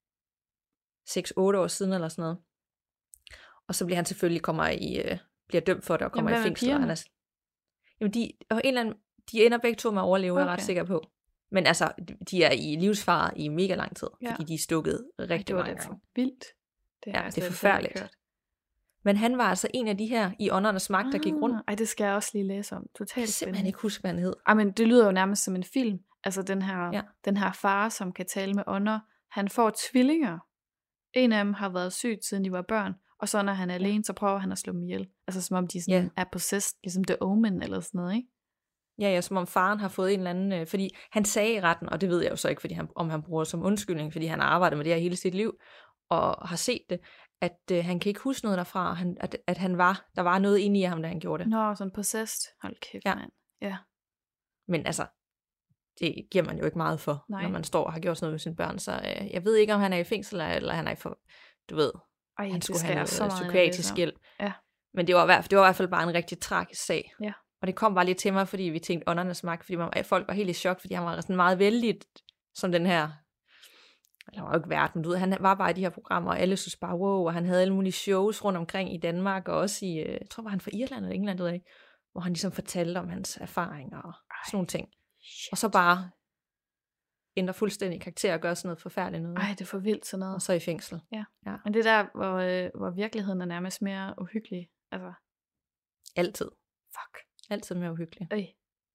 6-8 år siden eller sådan noget. Og så bliver han selvfølgelig bliver dømt for det og kommer i fængsel. Og han er, jamen de ender begge 2 med at overleve, jeg er ret sikker på. Men altså, de er i livsfare i mega lang tid, fordi de er stukket rigtig mange gange. Det var vildt. Det er forfærdeligt. Men han var altså en af de her i åndernes magt, der gik rundt. Ej, det skal jeg også lige læse om. Totalt spændende. Simpelthen ikke huske, hvad han hed. Ej, men det lyder jo nærmest som en film. Altså den her far, som kan tale med ånder. Han får tvillinger. En af dem har været syg, siden de var børn. Og så når han er alene, så prøver han at slå dem ihjel. Altså som om de sådan er possessed, ligesom The Omen eller sådan noget, ikke? Ja, som om faren har fået en eller anden, fordi han sagde i retten, og det ved jeg jo så ikke, om han bruger det som undskyldning, fordi han har arbejdet med det her hele sit liv, og har set det, at han kan ikke huske noget derfra, at der var noget inde i ham, da han gjorde det. Nå, sådan possessed. Hold kæft, mand. Ja. Men altså, det giver man jo ikke meget for, når man står og har gjort sådan noget med sine børn, så jeg ved ikke, om han er i fængsel, eller han er for, du ved, han skulle have noget psykiatrisk hjælp. Ja. Men det var i hvert fald bare en rigtig tragisk sag. Ja. Og det kom bare lige til mig, fordi vi tænkte åndernes magt, fordi folk var helt i chok, fordi han var sådan meget vældig, som den her, eller var jo ikke verden, du ved, han var bare i de her programmer, og alle synes bare, wow, og han havde alle mulige shows rundt omkring i Danmark, og også i, jeg tror, var han fra Irland eller England, ved jeg ikke, hvor han ligesom fortalte om hans erfaringer og sådan nogle ting. Shit. Og så bare ændrer fuldstændig karakter og gør sådan noget forfærdeligt noget. Ej, det er for vildt sådan noget. Og så i fængsel. Ja. Men det der, hvor virkeligheden er nærmest mere uhyggelig. Altså. Altid. Fuck. Altid mere uhyggelig. Ja.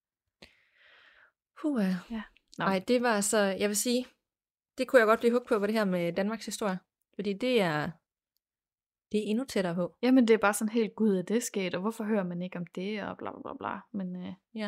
Nej, det var altså, jeg vil sige, det kunne jeg godt blive hooked på det her med Danmarks historie. Fordi det er endnu tættere på. Jamen det er bare sådan helt, gud, det sket, og hvorfor hører man ikke om det, og bla bla bla. Men ja.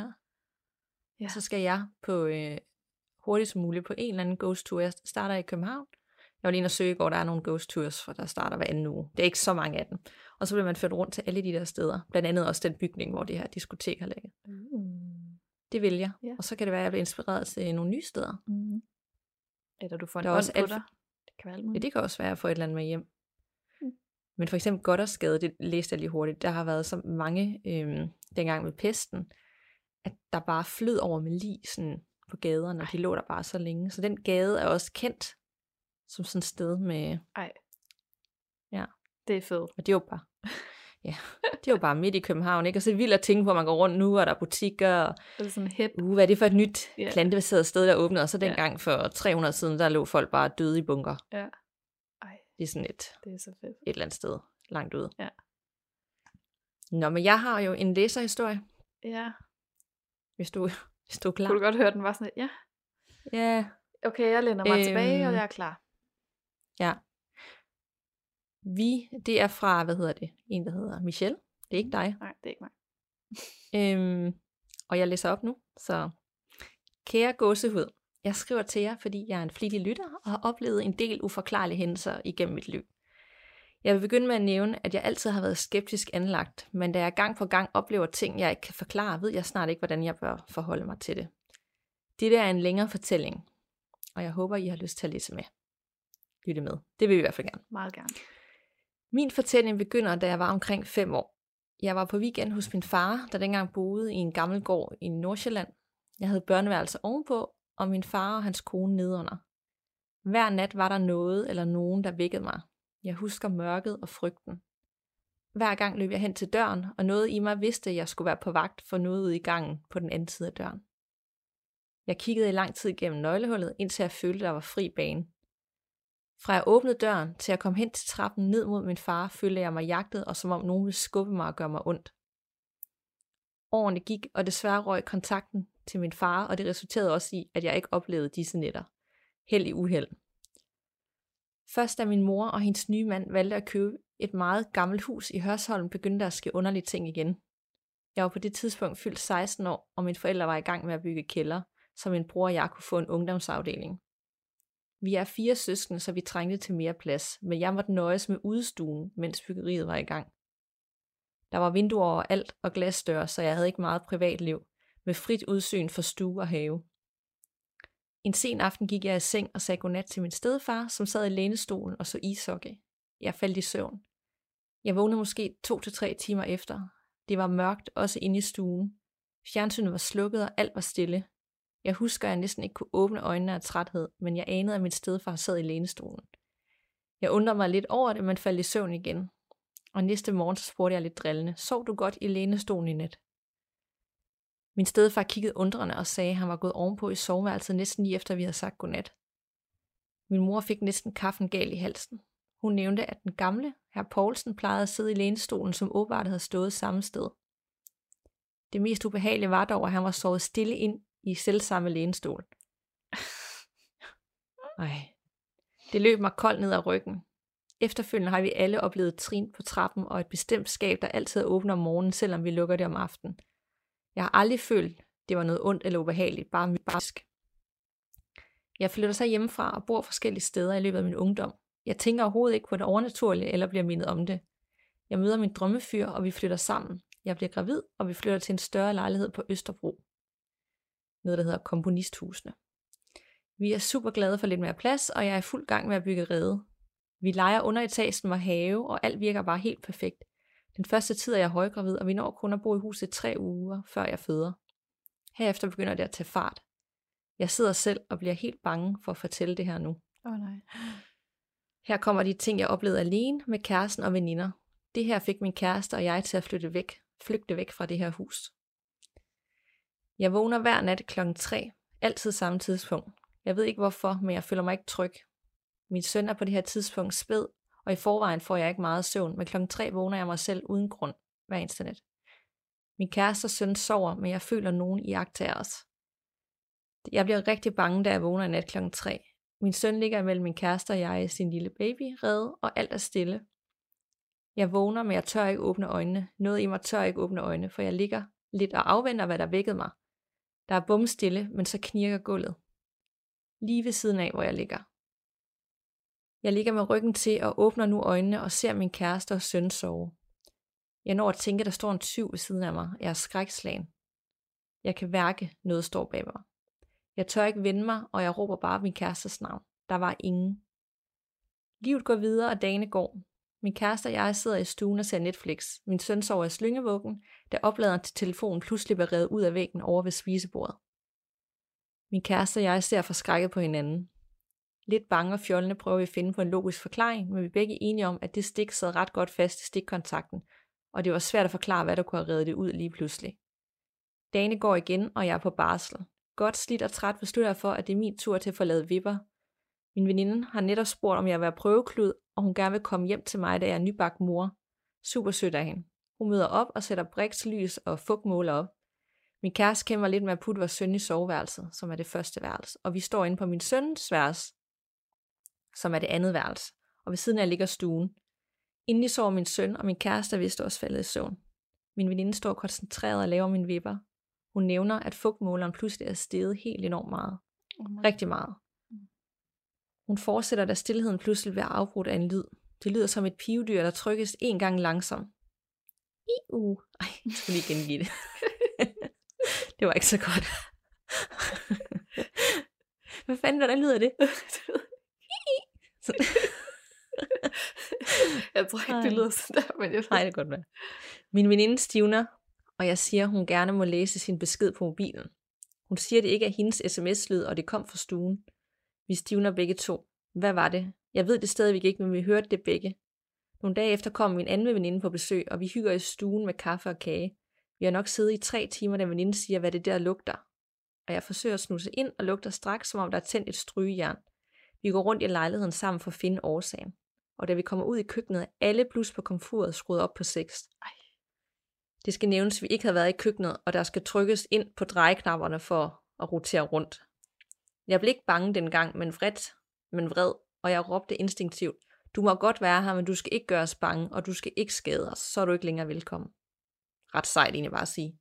Så skal jeg på hurtigt som muligt på en eller anden ghost tour. Jeg starter i København, Jeg var lige inde og søge i går, der er nogle ghost tours, der starter hver anden uge. Det er ikke så mange af dem. Og så bliver man ført rundt til alle de der steder. Blandt andet også den bygning, hvor det her diskotek har ligget. Det vil jeg. Og så kan det være, at jeg bliver inspireret til nogle nye steder. Eller du får en ånd på dig. Det kan være alt muligt. Ja, det kan også være at få et eller andet med hjem. Men for eksempel Gothersgade, det læste jeg lige hurtigt, der har været så mange, dengang med pesten, at der bare flød over med lig sådan på gaderne, og de lå der bare så længe. Så den gade er også kendt som sådan et sted med... Ja. Det er fedt. Og det er jo bare... Ja, det er jo bare midt i København, ikke? Og så er det vildt at tænke på, at man går rundt nu, og der er butikker, og det er sådan hip. Hvad er det for et nyt plantebaseret sted, der åbnede? Og så dengang for 300 siden, der lå folk bare døde i bunker. Ja. Det er sådan det er så fedt. Et eller andet sted langt ude. Ja. Nå, men jeg har jo en læserhistorie. Ja. Hvis du er klar. Kunne du godt høre, den var sådan lidt, Ja. Okay, jeg læner mig tilbage, og jeg er klar. Ja. Det er fra, en, der hedder Michelle. Det er ikke dig. Nej, det er ikke mig. Og jeg læser op nu, så kære gåsehud, jeg skriver til jer, fordi jeg er en flittig lytter, og har oplevet en del uforklarlige hændelser igennem mit liv. Jeg vil begynde med at nævne, at jeg altid har været skeptisk anlagt, men da jeg gang på gang oplever ting, jeg ikke kan forklare, ved jeg snart ikke, hvordan jeg bør forholde mig til det. Dette er en længere fortælling, og jeg håber, I har lyst til at læse med. Lytte med. Det vil vi i hvert fald gerne. Meget gerne. Min fortælling begynder, da jeg var omkring 5 år. Jeg var på weekend hos min far, der dengang boede i en gammel gård i Nordsjælland. Jeg havde børneværelse ovenpå, og min far og hans kone nedenunder. Hver nat var der noget eller nogen, der vækkede mig. Jeg husker mørket og frygten. Hver gang løb jeg hen til døren, og noget i mig vidste, at jeg skulle være på vagt for noget ude i gangen på den anden side af døren. Jeg kiggede i lang tid gennem nøglehullet, indtil jeg følte, der var fri bane. Fra jeg åbnede døren, til jeg kom hen til trappen ned mod min far, følte jeg mig jagtet, og som om nogen ville skubbe mig og gøre mig ondt. Årene gik, og desværre røg kontakten til min far, og det resulterede også i, at jeg ikke oplevede disse nætter. Held i uheld. Først da min mor og hendes nye mand valgte at købe et meget gammelt hus i Hørsholm, begyndte der at ske underlige ting igen. Jeg var på det tidspunkt fyldt 16 år, og mine forældre var i gang med at bygge kælder, så min bror og jeg kunne få en ungdomsafdeling. Vi er 4 søskende, så vi trængte til mere plads, men jeg måtte nøjes med udestuen, mens byggeriet var i gang. Der var vinduer overalt og glasdøre, så jeg havde ikke meget privatliv, med frit udsyn for stue og have. En sen aften gik jeg i seng og sagde godnat til min stedfar, som sad i lænestolen og så ishockey. Jeg faldt i søvn. Jeg vågnede måske 2-3 timer efter. Det var mørkt, også inde i stuen. Fjernsynet var slukket, og alt var stille. Jeg husker, at jeg næsten ikke kunne åbne øjnene af træthed, men jeg anede, at min stedfar sad i lænestolen. Jeg undrede mig lidt over det, men faldt i søvn igen. Og næste morgen så spurgte jeg lidt drillende, sov du godt i lænestolen i nat? Min stedfar kiggede undrende og sagde, at han var gået ovenpå i soveværelset næsten lige efter vi havde sagt godnat. Min mor fik næsten kaffen galt i halsen. Hun nævnte, at den gamle, hr. Poulsen, plejede at sidde i lænestolen, som åbenbart havde stået samme sted. Det mest ubehagelige var dog, at han var sovet stille ind i selvsamme lænestol. Det løb mig koldt ned ad ryggen. Efterfølgende har vi alle oplevet trin på trappen og et bestemt skab, der altid er åbent om morgenen, selvom vi lukker det om aftenen. Jeg har aldrig følt, det var noget ondt eller ubehageligt, bare mytisk. Jeg flytter så hjemmefra og bor forskellige steder i løbet af min ungdom. Jeg tænker overhovedet ikke på det overnaturlige eller bliver mindet om det. Jeg møder min drømmefyr, og vi flytter sammen. Jeg bliver gravid, og vi flytter til en større lejlighed på Østerbro. Noget, der hedder Komponisthusene. Vi er super glade for lidt mere plads, og jeg er i fuld gang med at bygge rede. Vi leger underetagen og have, og alt virker bare helt perfekt. Den første tid er jeg højgravid, og vi når kun at bo i huset 3 uger, før jeg føder. Herefter begynder det at tage fart. Jeg sidder selv og bliver helt bange for at fortælle det her nu. Nej. Her kommer de ting, jeg oplevede alene med kæresten og veninder. Det her fik min kæreste og jeg til at flygte væk fra det her hus. Jeg vågner hver nat kl. 3, altid samme tidspunkt. Jeg ved ikke hvorfor, men jeg føler mig ikke tryg. Min søn er på det her tidspunkt spæd, og i forvejen får jeg ikke meget søvn, men kl. 3 vågner jeg mig selv uden grund hver eneste nat. Min kæreste og søn sover, men jeg føler nogen iagttager os. Jeg bliver rigtig bange, da jeg vågner i nat kl. 3. Min søn ligger imellem min kæreste og jeg i sin lille babyrede, og alt er stille. Jeg vågner, men jeg tør ikke åbne øjnene. Noget i mig tør ikke åbne øjnene, for jeg ligger lidt og afventer, hvad der vækkede mig. Der er bumstille, men så knirker gulvet. Lige ved siden af, hvor jeg ligger. Jeg ligger med ryggen til og åbner nu øjnene og ser min kæreste og søn sove. Jeg når at tænke, der står en tyv ved siden af mig. Jeg er skrækslagen. Jeg kan mærke, noget står bag mig. Jeg tør ikke vende mig, og jeg råber bare min kærestes navn. Der var ingen. Livet går videre, og dagene går. Min kæreste og jeg sidder i stuen og ser Netflix. Min søn sover i slyngevuggen, da opladeren til telefonen pludselig bliver revet ud af væggen over ved spisebordet. Min kæreste og jeg ser forskrækket på hinanden. Lidt bange og fjollende prøver vi at finde på en logisk forklaring, men vi er begge enige om, at det stik sad ret godt fast i stikkontakten, og det var svært at forklare, hvad der kunne have reddet det ud lige pludselig. Dagene går igen, og jeg er på barsel. Godt slidt og træt beslutter jeg for, at det er min tur til at forlade Vipper. Min veninde har netop spurgt, om jeg vil være prøveklud, og hun gerne vil komme hjem til mig, da jeg er nybagt mor. Super sødt af hende. Hun møder op og sætter brikslys og fugtmåler op. Min kæreste kæmper lidt med at putte vores søn i soveværelset, som er det første værelse, og vi står inde på min søns værelse, som er det andet værelse, og ved siden af ligger stuen. Inden sover min søn, og min kæreste er vist også faldet i søvn. Min veninde står koncentreret og laver min vipper. Hun nævner, at fugtmåleren pludselig er steget helt enormt meget. Rigtig meget. Hun fortsætter, da stilheden pludselig bliver afbrudt af en lyd. Det lyder som et pivedyr, der trykkes en gang langsomt. Ej, jeg skulle lige gengive det. Det var ikke så godt. Hvad fanden, hvordan lyder det? Jeg tror ikke, det lyder sådan der, men Nej, det kan godt være. Min veninde stivner, og jeg siger, hun gerne må læse sin besked på mobilen. Hun siger, det ikke er hendes sms-lyd, og det kom fra stuen. Vi stivner begge to. Hvad var det? Jeg ved det stadigvæk ikke, men vi hørte det begge. Nogle dage efter kom min anden veninde på besøg, og vi hygger i stuen med kaffe og kage. Vi har nok siddet i 3 timer, da veninde siger, hvad det der lugter. Og jeg forsøger at snuse ind og lugter straks, som om der er tændt et strygejern. Vi går rundt i lejligheden sammen for at finde årsagen. Og da vi kommer ud i køkkenet, er alle blus på komfuret skruet op på 6. Det skal nævnes, at vi ikke havde været i køkkenet, og der skal trykkes ind på drejeknapperne for at rotere rundt. Jeg blev ikke bange dengang, men vred, og jeg råbte instinktivt, du må godt være her, men du skal ikke gøre os bange, og du skal ikke skade os, så er du ikke længere velkommen. Ret sejt egentlig bare at sige.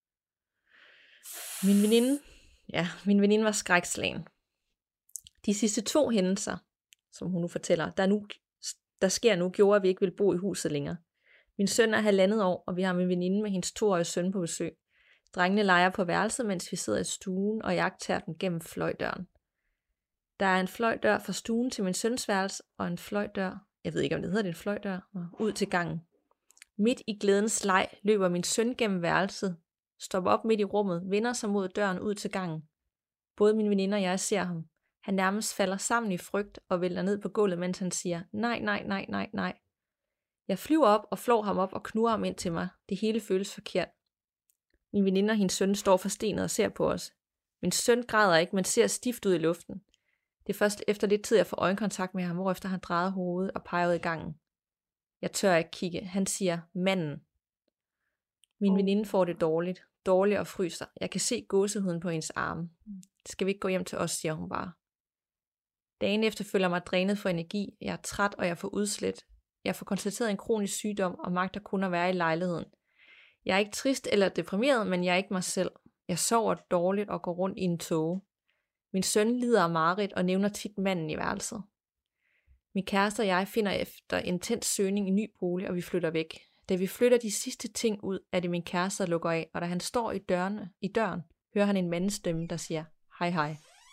Min veninde var skrækslagen. De sidste 2 hændelser, som hun nu fortæller, der sker nu, gjorde, at vi ikke ville bo i huset længere. Min søn er 1,5 år, og vi har min veninde med hendes 2-årige søn på besøg. Drengene leger på værelset, mens vi sidder i stuen, og jeg tager dem gennem fløjdøren. Der er en fløjdør fra stuen til min søns værelse, og en fløjdør, jeg ved ikke om det hedder det, en fløjdør, ud til gangen. Midt i glædens leg løber min søn gennem værelset, stopper op midt i rummet, vender sig mod døren ud til gangen. Både min veninde og jeg ser ham. Han nærmest falder sammen i frygt og vælter ned på gulvet, mens han siger, nej. Jeg flyver op og flår ham op og knurrer ham ind til mig. Det hele føles forkert. Min veninde og hendes søn står forstenet og ser på os. Min søn græder ikke, men ser stift ud i luften. Det er først efter lidt tid, jeg får øjenkontakt med ham, hvorefter han drejer hovedet og peger ud i gangen. Jeg tør ikke kigge. Han siger, manden. Min veninde får det dårligt og fryser. Jeg kan se gåsehuden på hendes arme. Skal vi ikke gå hjem til os, siger hun bare. Dagen efter føler mig drænet for energi. Jeg er træt, og jeg får udslæt. Jeg får konstateret en kronisk sygdom, og magter kun at være i lejligheden. Jeg er ikke trist eller deprimeret, men jeg er ikke mig selv. Jeg sover dårligt og går rundt i en tåge. Min søn lider af mareridt og nævner tit manden i værelset. Min kæreste og jeg finder efter intens søgning en ny bolig, og vi flytter væk. Da vi flytter de sidste ting ud, er det min kæreste, der lukker af, og da han står i døren, hører han en mandestemme, der siger, hej.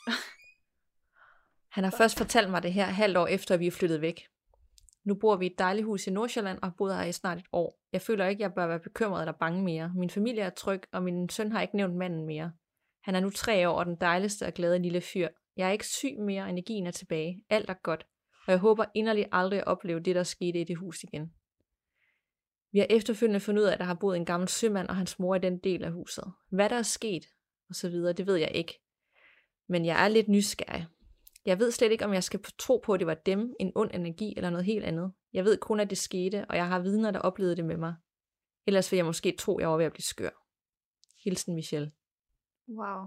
Han har først fortalt mig det her halvt år efter, at vi er flyttet væk. Nu bor vi i et dejligt hus i Nordsjælland og har boet her i snart 1 år. Jeg føler ikke, at jeg bør være bekymret eller bange mere. Min familie er tryg, og min søn har ikke nævnt manden mere. Han er nu 3 år og den dejligste og glade lille fyr. Jeg er ikke syg mere, energien er tilbage. Alt er godt, og jeg håber inderligt aldrig at opleve det, der skete i det hus igen. Vi har efterfølgende fundet ud af, at der har boet en gammel sømand og hans mor i den del af huset. Hvad der er sket, og så videre, det ved jeg ikke. Men jeg er lidt nysgerrig. Jeg ved slet ikke, om jeg skal tro på, at det var dem, en ond energi eller noget helt andet. Jeg ved kun, at det skete, og jeg har vidner, der oplevede det med mig. Ellers vil jeg måske tro, at jeg var ved at blive skør. Hilsen Michelle. Wow.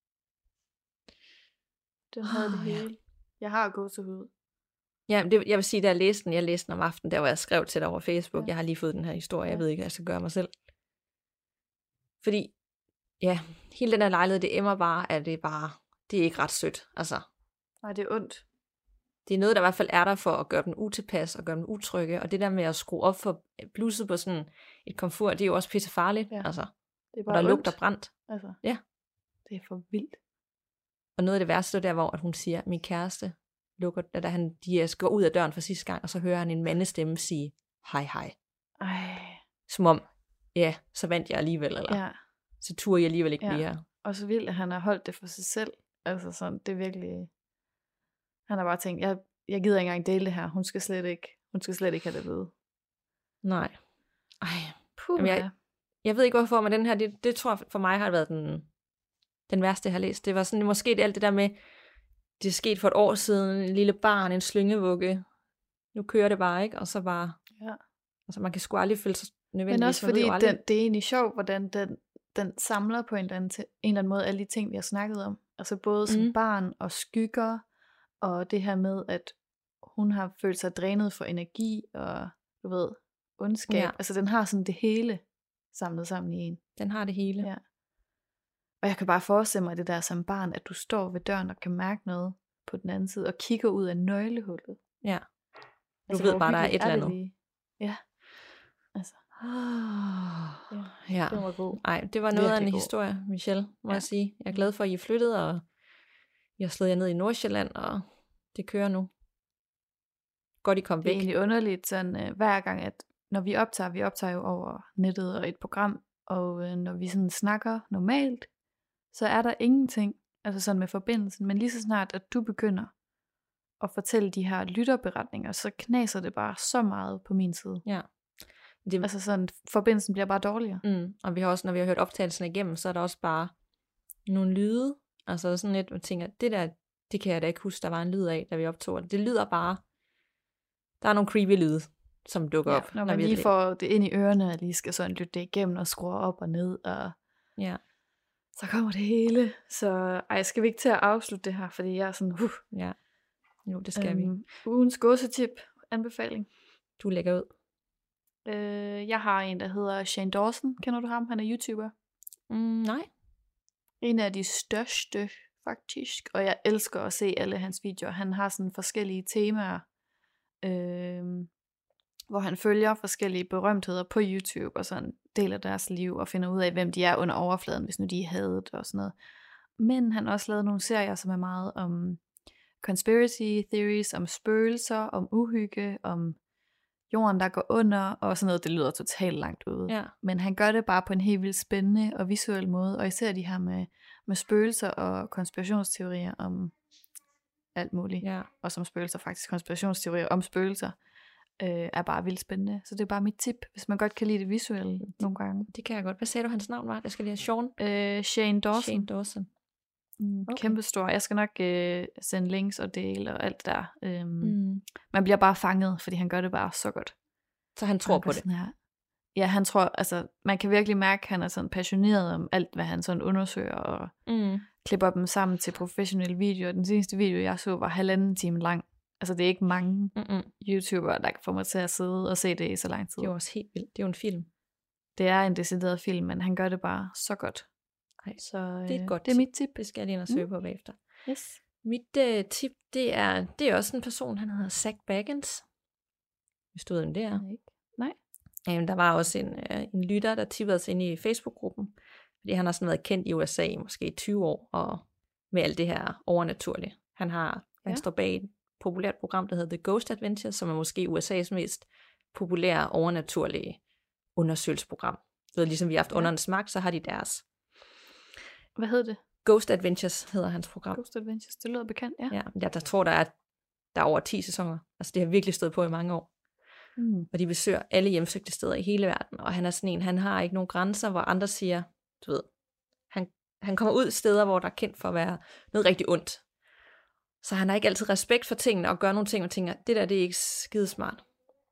Den havde det hele. Ja. Jeg har gåsehud. Ja, jeg vil sige, da jeg læste den om aftenen, der hvor jeg skrev til dig over Facebook, ja. Jeg har lige fået den her historie, jeg ved ikke, hvad jeg skal gøre mig selv. Fordi, ja, hele den her lejlighed, det emmer bare, at det er ikke ret sødt, altså. Nej, det er ondt. det er noget, der i hvert fald er der for at gøre dem utilpas og gøre dem utrygge, og det der med at skrue op for blusset på sådan et komfort, det er jo også pisse farligt, altså. Det er bare og der lugter brændt. Altså, ja. Det er for vildt. Og noget af det værste er der, hvor hun siger, at min kæreste lukker, da de går ud af døren for sidste gang, og så hører han en mandestemme sige, hej hej. Ej. Som om, ja, så vandt jeg alligevel, eller så turde jeg alligevel ikke blive her. Og så vildt, at han har holdt det for sig selv. Altså sådan, det er virkelig, han har bare tænkt, jeg gider ikke engang dele det her, hun skal slet ikke have det ved. Nej. Ej. Jamen, jeg ved ikke hvorfor, men den her, det tror jeg for mig har været den værste, jeg har læst. Det var sådan, måske alt det der med, det er sket for et år siden, en lille barn, en slyngevugge. Nu kører det bare, ikke? Og så bare, altså man kan sgu aldrig føle sig nødvendigvis. Men også fordi, det er egentlig sjovt, hvordan den samler på en eller anden måde alle de ting, vi har snakket om. Altså både som barn og skygger, og det her med, at hun har følt sig drænet for energi, og du ved, ondskab. Ja. Altså den har sådan det hele samlet sammen i en. Den har det hele. Ja. Og jeg kan bare forestille mig det der som barn, at du står ved døren og kan mærke noget på den anden side, og kigger ud af nøglehullet. Ja. Du ved bare, der er et eller andet. Ja. Altså. Ja. Det var god. Ej, det var noget af en historie, Michelle, må jeg sige. Jeg er glad for, at I er flyttet, og jeg har slået jer ned i Nordsjælland, og det kører nu. Godt, I kom væk. Det er egentlig underligt, sådan hver gang, at når vi optager jo over nettet og et program, og når vi sådan snakker normalt, så er der ingenting, altså sådan med forbindelsen, men lige så snart, at du begynder at fortælle de her lytterberetninger, så knaser det bare så meget på min side. Ja. Altså sådan, forbindelsen bliver bare dårligere. Og vi har også, når vi har hørt optagelsen igennem, så er der også bare nogle lyde, altså sådan lidt, man tænker, det der, det kan jeg da ikke huske, der var en lyd af, da vi optog det. Det lyder bare, der er nogle creepy lyde, som dukker op. Når man lige får det ind i ørerne, og lige skal sådan lytte det igennem, og skrue op og ned, og så kommer det hele. Så skal vi ikke til at afslutte det her, fordi jeg er sådan, Ja, jo, det skal vi. Ugens gåsetip, anbefaling. Du lægger ud. Jeg har en, der hedder Shane Dawson. Kender du ham? Han er YouTuber. Nej. En af de største, faktisk. Og jeg elsker at se alle hans videoer. Han har sådan forskellige temaer, hvor han følger forskellige berømtheder på YouTube, og sådan deler deres liv, og finder ud af, hvem de er under overfladen, hvis nu de er hadet og sådan noget. Men han har også lavet nogle serier, som er meget om conspiracy theories, om spøgelser, om uhygge, om jorden, der går under, og sådan noget. Det lyder totalt langt ude. Ja. Men han gør det bare på en helt vildt spændende og visuel måde, og især de her med spøgelser og konspirationsteorier om alt muligt. Ja. Og som spøgelser faktisk, konspirationsteorier om spøgelser, er bare vildt spændende. Så det er bare mit tip, hvis man godt kan lide det visuelle nogle gange. Det kan jeg godt. Hvad sagde du, hans navn var? Jeg skal lige have Shane Dawson. Shane Dawson. Okay. Kæmpestor. Jeg skal nok sende links og dele og alt det der. Man bliver bare fanget, fordi han gør det bare så godt. Så han tror på det? Her. Ja, han tror, altså man kan virkelig mærke, at han er sådan passioneret om alt, hvad han sådan undersøger og klipper dem sammen til professionelle videoer. Den seneste video, jeg så, var 1,5 time lang. Altså det er ikke mange YouTubere, der kan få mig til at sidde og se det i så lang tid. Det er jo også helt vildt. Det er jo en film. Det er en decideret film, men han gør det bare så godt. Ej, så det er et godt det er mit tip. Det skal jeg lige ind og søge på bagefter. Yes. Mit tip, det er også en person, han hedder Zach Baggins. Hvis du ved, hvem det er. Nej. Der var også en lytter, der tippede os ind i Facebook-gruppen, fordi han har sådan været kendt i USA i måske 20 år, og med alt det her overnaturlige. Han står bag et populært program, der hedder The Ghost Adventures, som er måske USA's mest populære overnaturlige undersøgelsesprogram. Så ligesom vi har haft Underens Magt, så har de deres. Hvad hedder det? Ghost Adventures hedder hans program. Ghost Adventures, det lyder bekendt, ja. Ja, der tror, der er over 10 sæsoner. Altså det har virkelig stået på i mange år. Og de besøger alle hjemsøgte steder i hele verden, og han er sådan en, han har ikke nogen grænser, hvor andre siger, du ved, han kommer ud steder, hvor der er kendt for at være noget rigtig ondt. Så han har ikke altid respekt for tingene, og gør nogle ting, og tænker, det der, det er ikke skidesmart.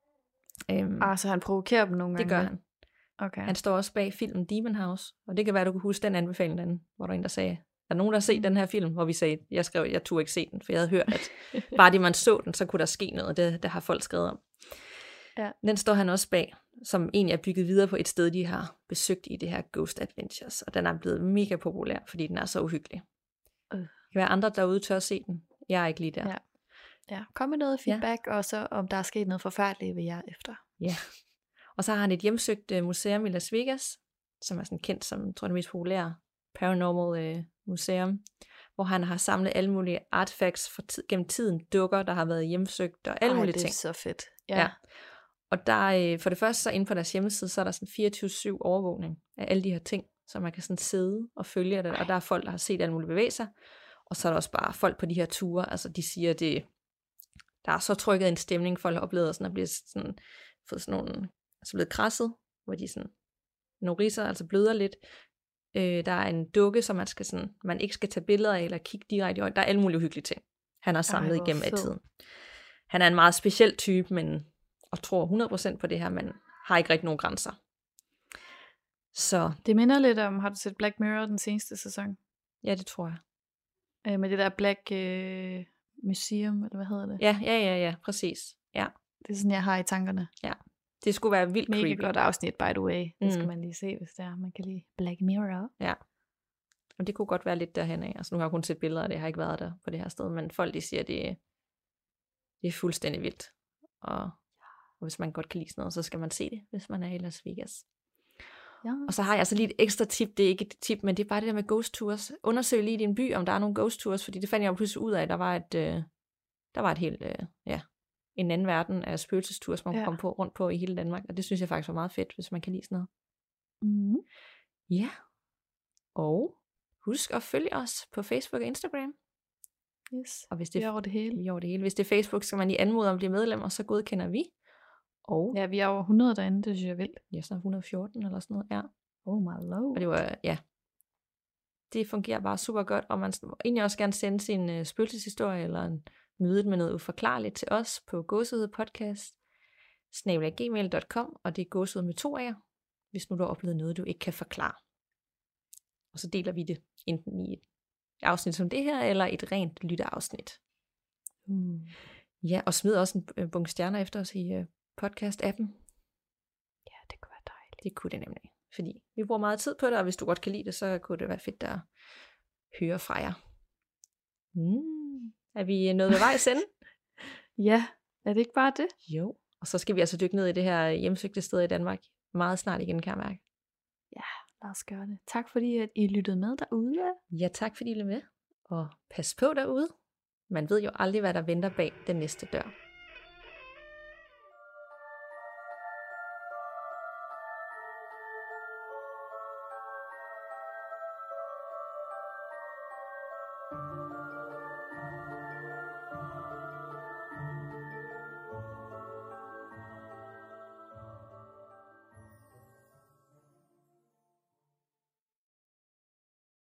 Så han provokerer dem nogle gange? Det gør han. Okay. Han står også bag filmen Demon House, og det kan være, du kan huske den anbefaling, hvor der er en, der sagde, er der nogen, der har set den her film, hvor vi sagde, jeg skrev, jeg turde ikke se den, for jeg havde hørt, at bare det, man så den, så kunne der ske noget, det har folk skrevet om. Ja. Den står han også bag, som egentlig er bygget videre på et sted, de har besøgt i det her Ghost Adventures, og den er blevet mega populær, fordi den er så uhyggelig. Det kan være andre derude tør at se den. Jeg er ikke lige der. Ja. Ja, kom med noget feedback, og så om der er sket noget forfærdeligt ved jer efter. Ja. Og så har han et hjemsøgt museum i Las Vegas, som er sådan kendt som, tror jeg, det mest populære paranormal museum, hvor han har samlet alle mulige artifacts gennem tiden, dukker, der har været hjemsøgt og alle mulige ting. det er så fedt. Ja. Og der, for det første, så inde på deres hjemmeside, så er der sådan 24/7 overvågning af alle de her ting, så man kan sådan sidde og følge det, og der er folk, der har set alle mulige bevægelser, og så er der også bare folk på de her ture, altså de siger, der er så trykket en stemning, folk har oplevet sådan at blive sådan, fået sådan nogle, altså blevet krasset, hvor de sådan, nogle ridser, altså bløder lidt. Der er en dukke, som man ikke skal tage billeder af, eller kigge direkte i øjnene. Der er alle mulige uhyggelige ting, han har samlet igennem af tiden. Han er en meget speciel type, men og tror 100% på det her, men har ikke rigtig nogen grænser. Så det minder lidt om, har du set Black Mirror den seneste sæson? Ja, det tror jeg. Med det der Black Museum, eller hvad hedder det? Ja, præcis. Ja. Det er sådan, jeg har i tankerne. Ja. Det skulle være vildt creepy. Mega godt afsnit, by the way. Det skal man lige se, hvis det er. Man kan lide Black Mirror. Ja. Og det kunne godt være lidt derhen af. Altså nu har jeg kun set billeder, og det har ikke været der på det her sted. Men folk, de siger, det er fuldstændig vildt. Og hvis man godt kan lide sådan noget, så skal man se det, hvis man er i Las Vegas. Ja. Og så har jeg altså lige et ekstra tip. Det er ikke et tip, men det er bare det der med ghost tours. Undersøg lige i din by, om der er nogle ghost tours, fordi det fandt jeg jo pludselig ud af, der var et helt, en anden verden af spøgelsestours, man kunne komme rundt på i hele Danmark. Og det synes jeg faktisk var meget fedt, hvis man kan lide sådan noget. Mm. Ja. Og husk at følge os på Facebook og Instagram. Yes. Og hvis det vi er over det hele. Vi er over det hele. Hvis det er Facebook, skal man lige anmode om at blive medlem, og så godkender vi. Og ja, vi er over 100 derinde, det synes jeg er vildt. Ja, sådan 114 eller sådan noget, ja. Oh my lord. Og det var, det fungerer bare super godt, og man må egentlig også gerne sende sin spøgelseshistorie, eller en møde med noget uforklarligt til os på gåsehudepodcast@gmail.com, og det er gåsehud med 2 A'er, hvis nu du har oplevet noget, du ikke kan forklare. Og så deler vi det enten i et afsnit som det her, eller et rent lytteafsnit. Ja, og smid også en bunke stjerner efter os i podcast-appen. Ja, det kunne være dejligt. Det kunne det nemlig, fordi vi bruger meget tid på det, og hvis du godt kan lide det, så kunne det være fedt at høre fra jer. Er vi nået ved vejs ende? Ja, er det ikke bare det? Jo, og så skal vi altså dykke ned i det her hjemsøgte sted i Danmark meget snart igen, kan jeg mærke. Ja, lad os gøre det. Tak fordi, at I lyttede med derude. Ja, tak fordi I lyttede med, og pas på derude. Man ved jo aldrig, hvad der venter bag den næste dør.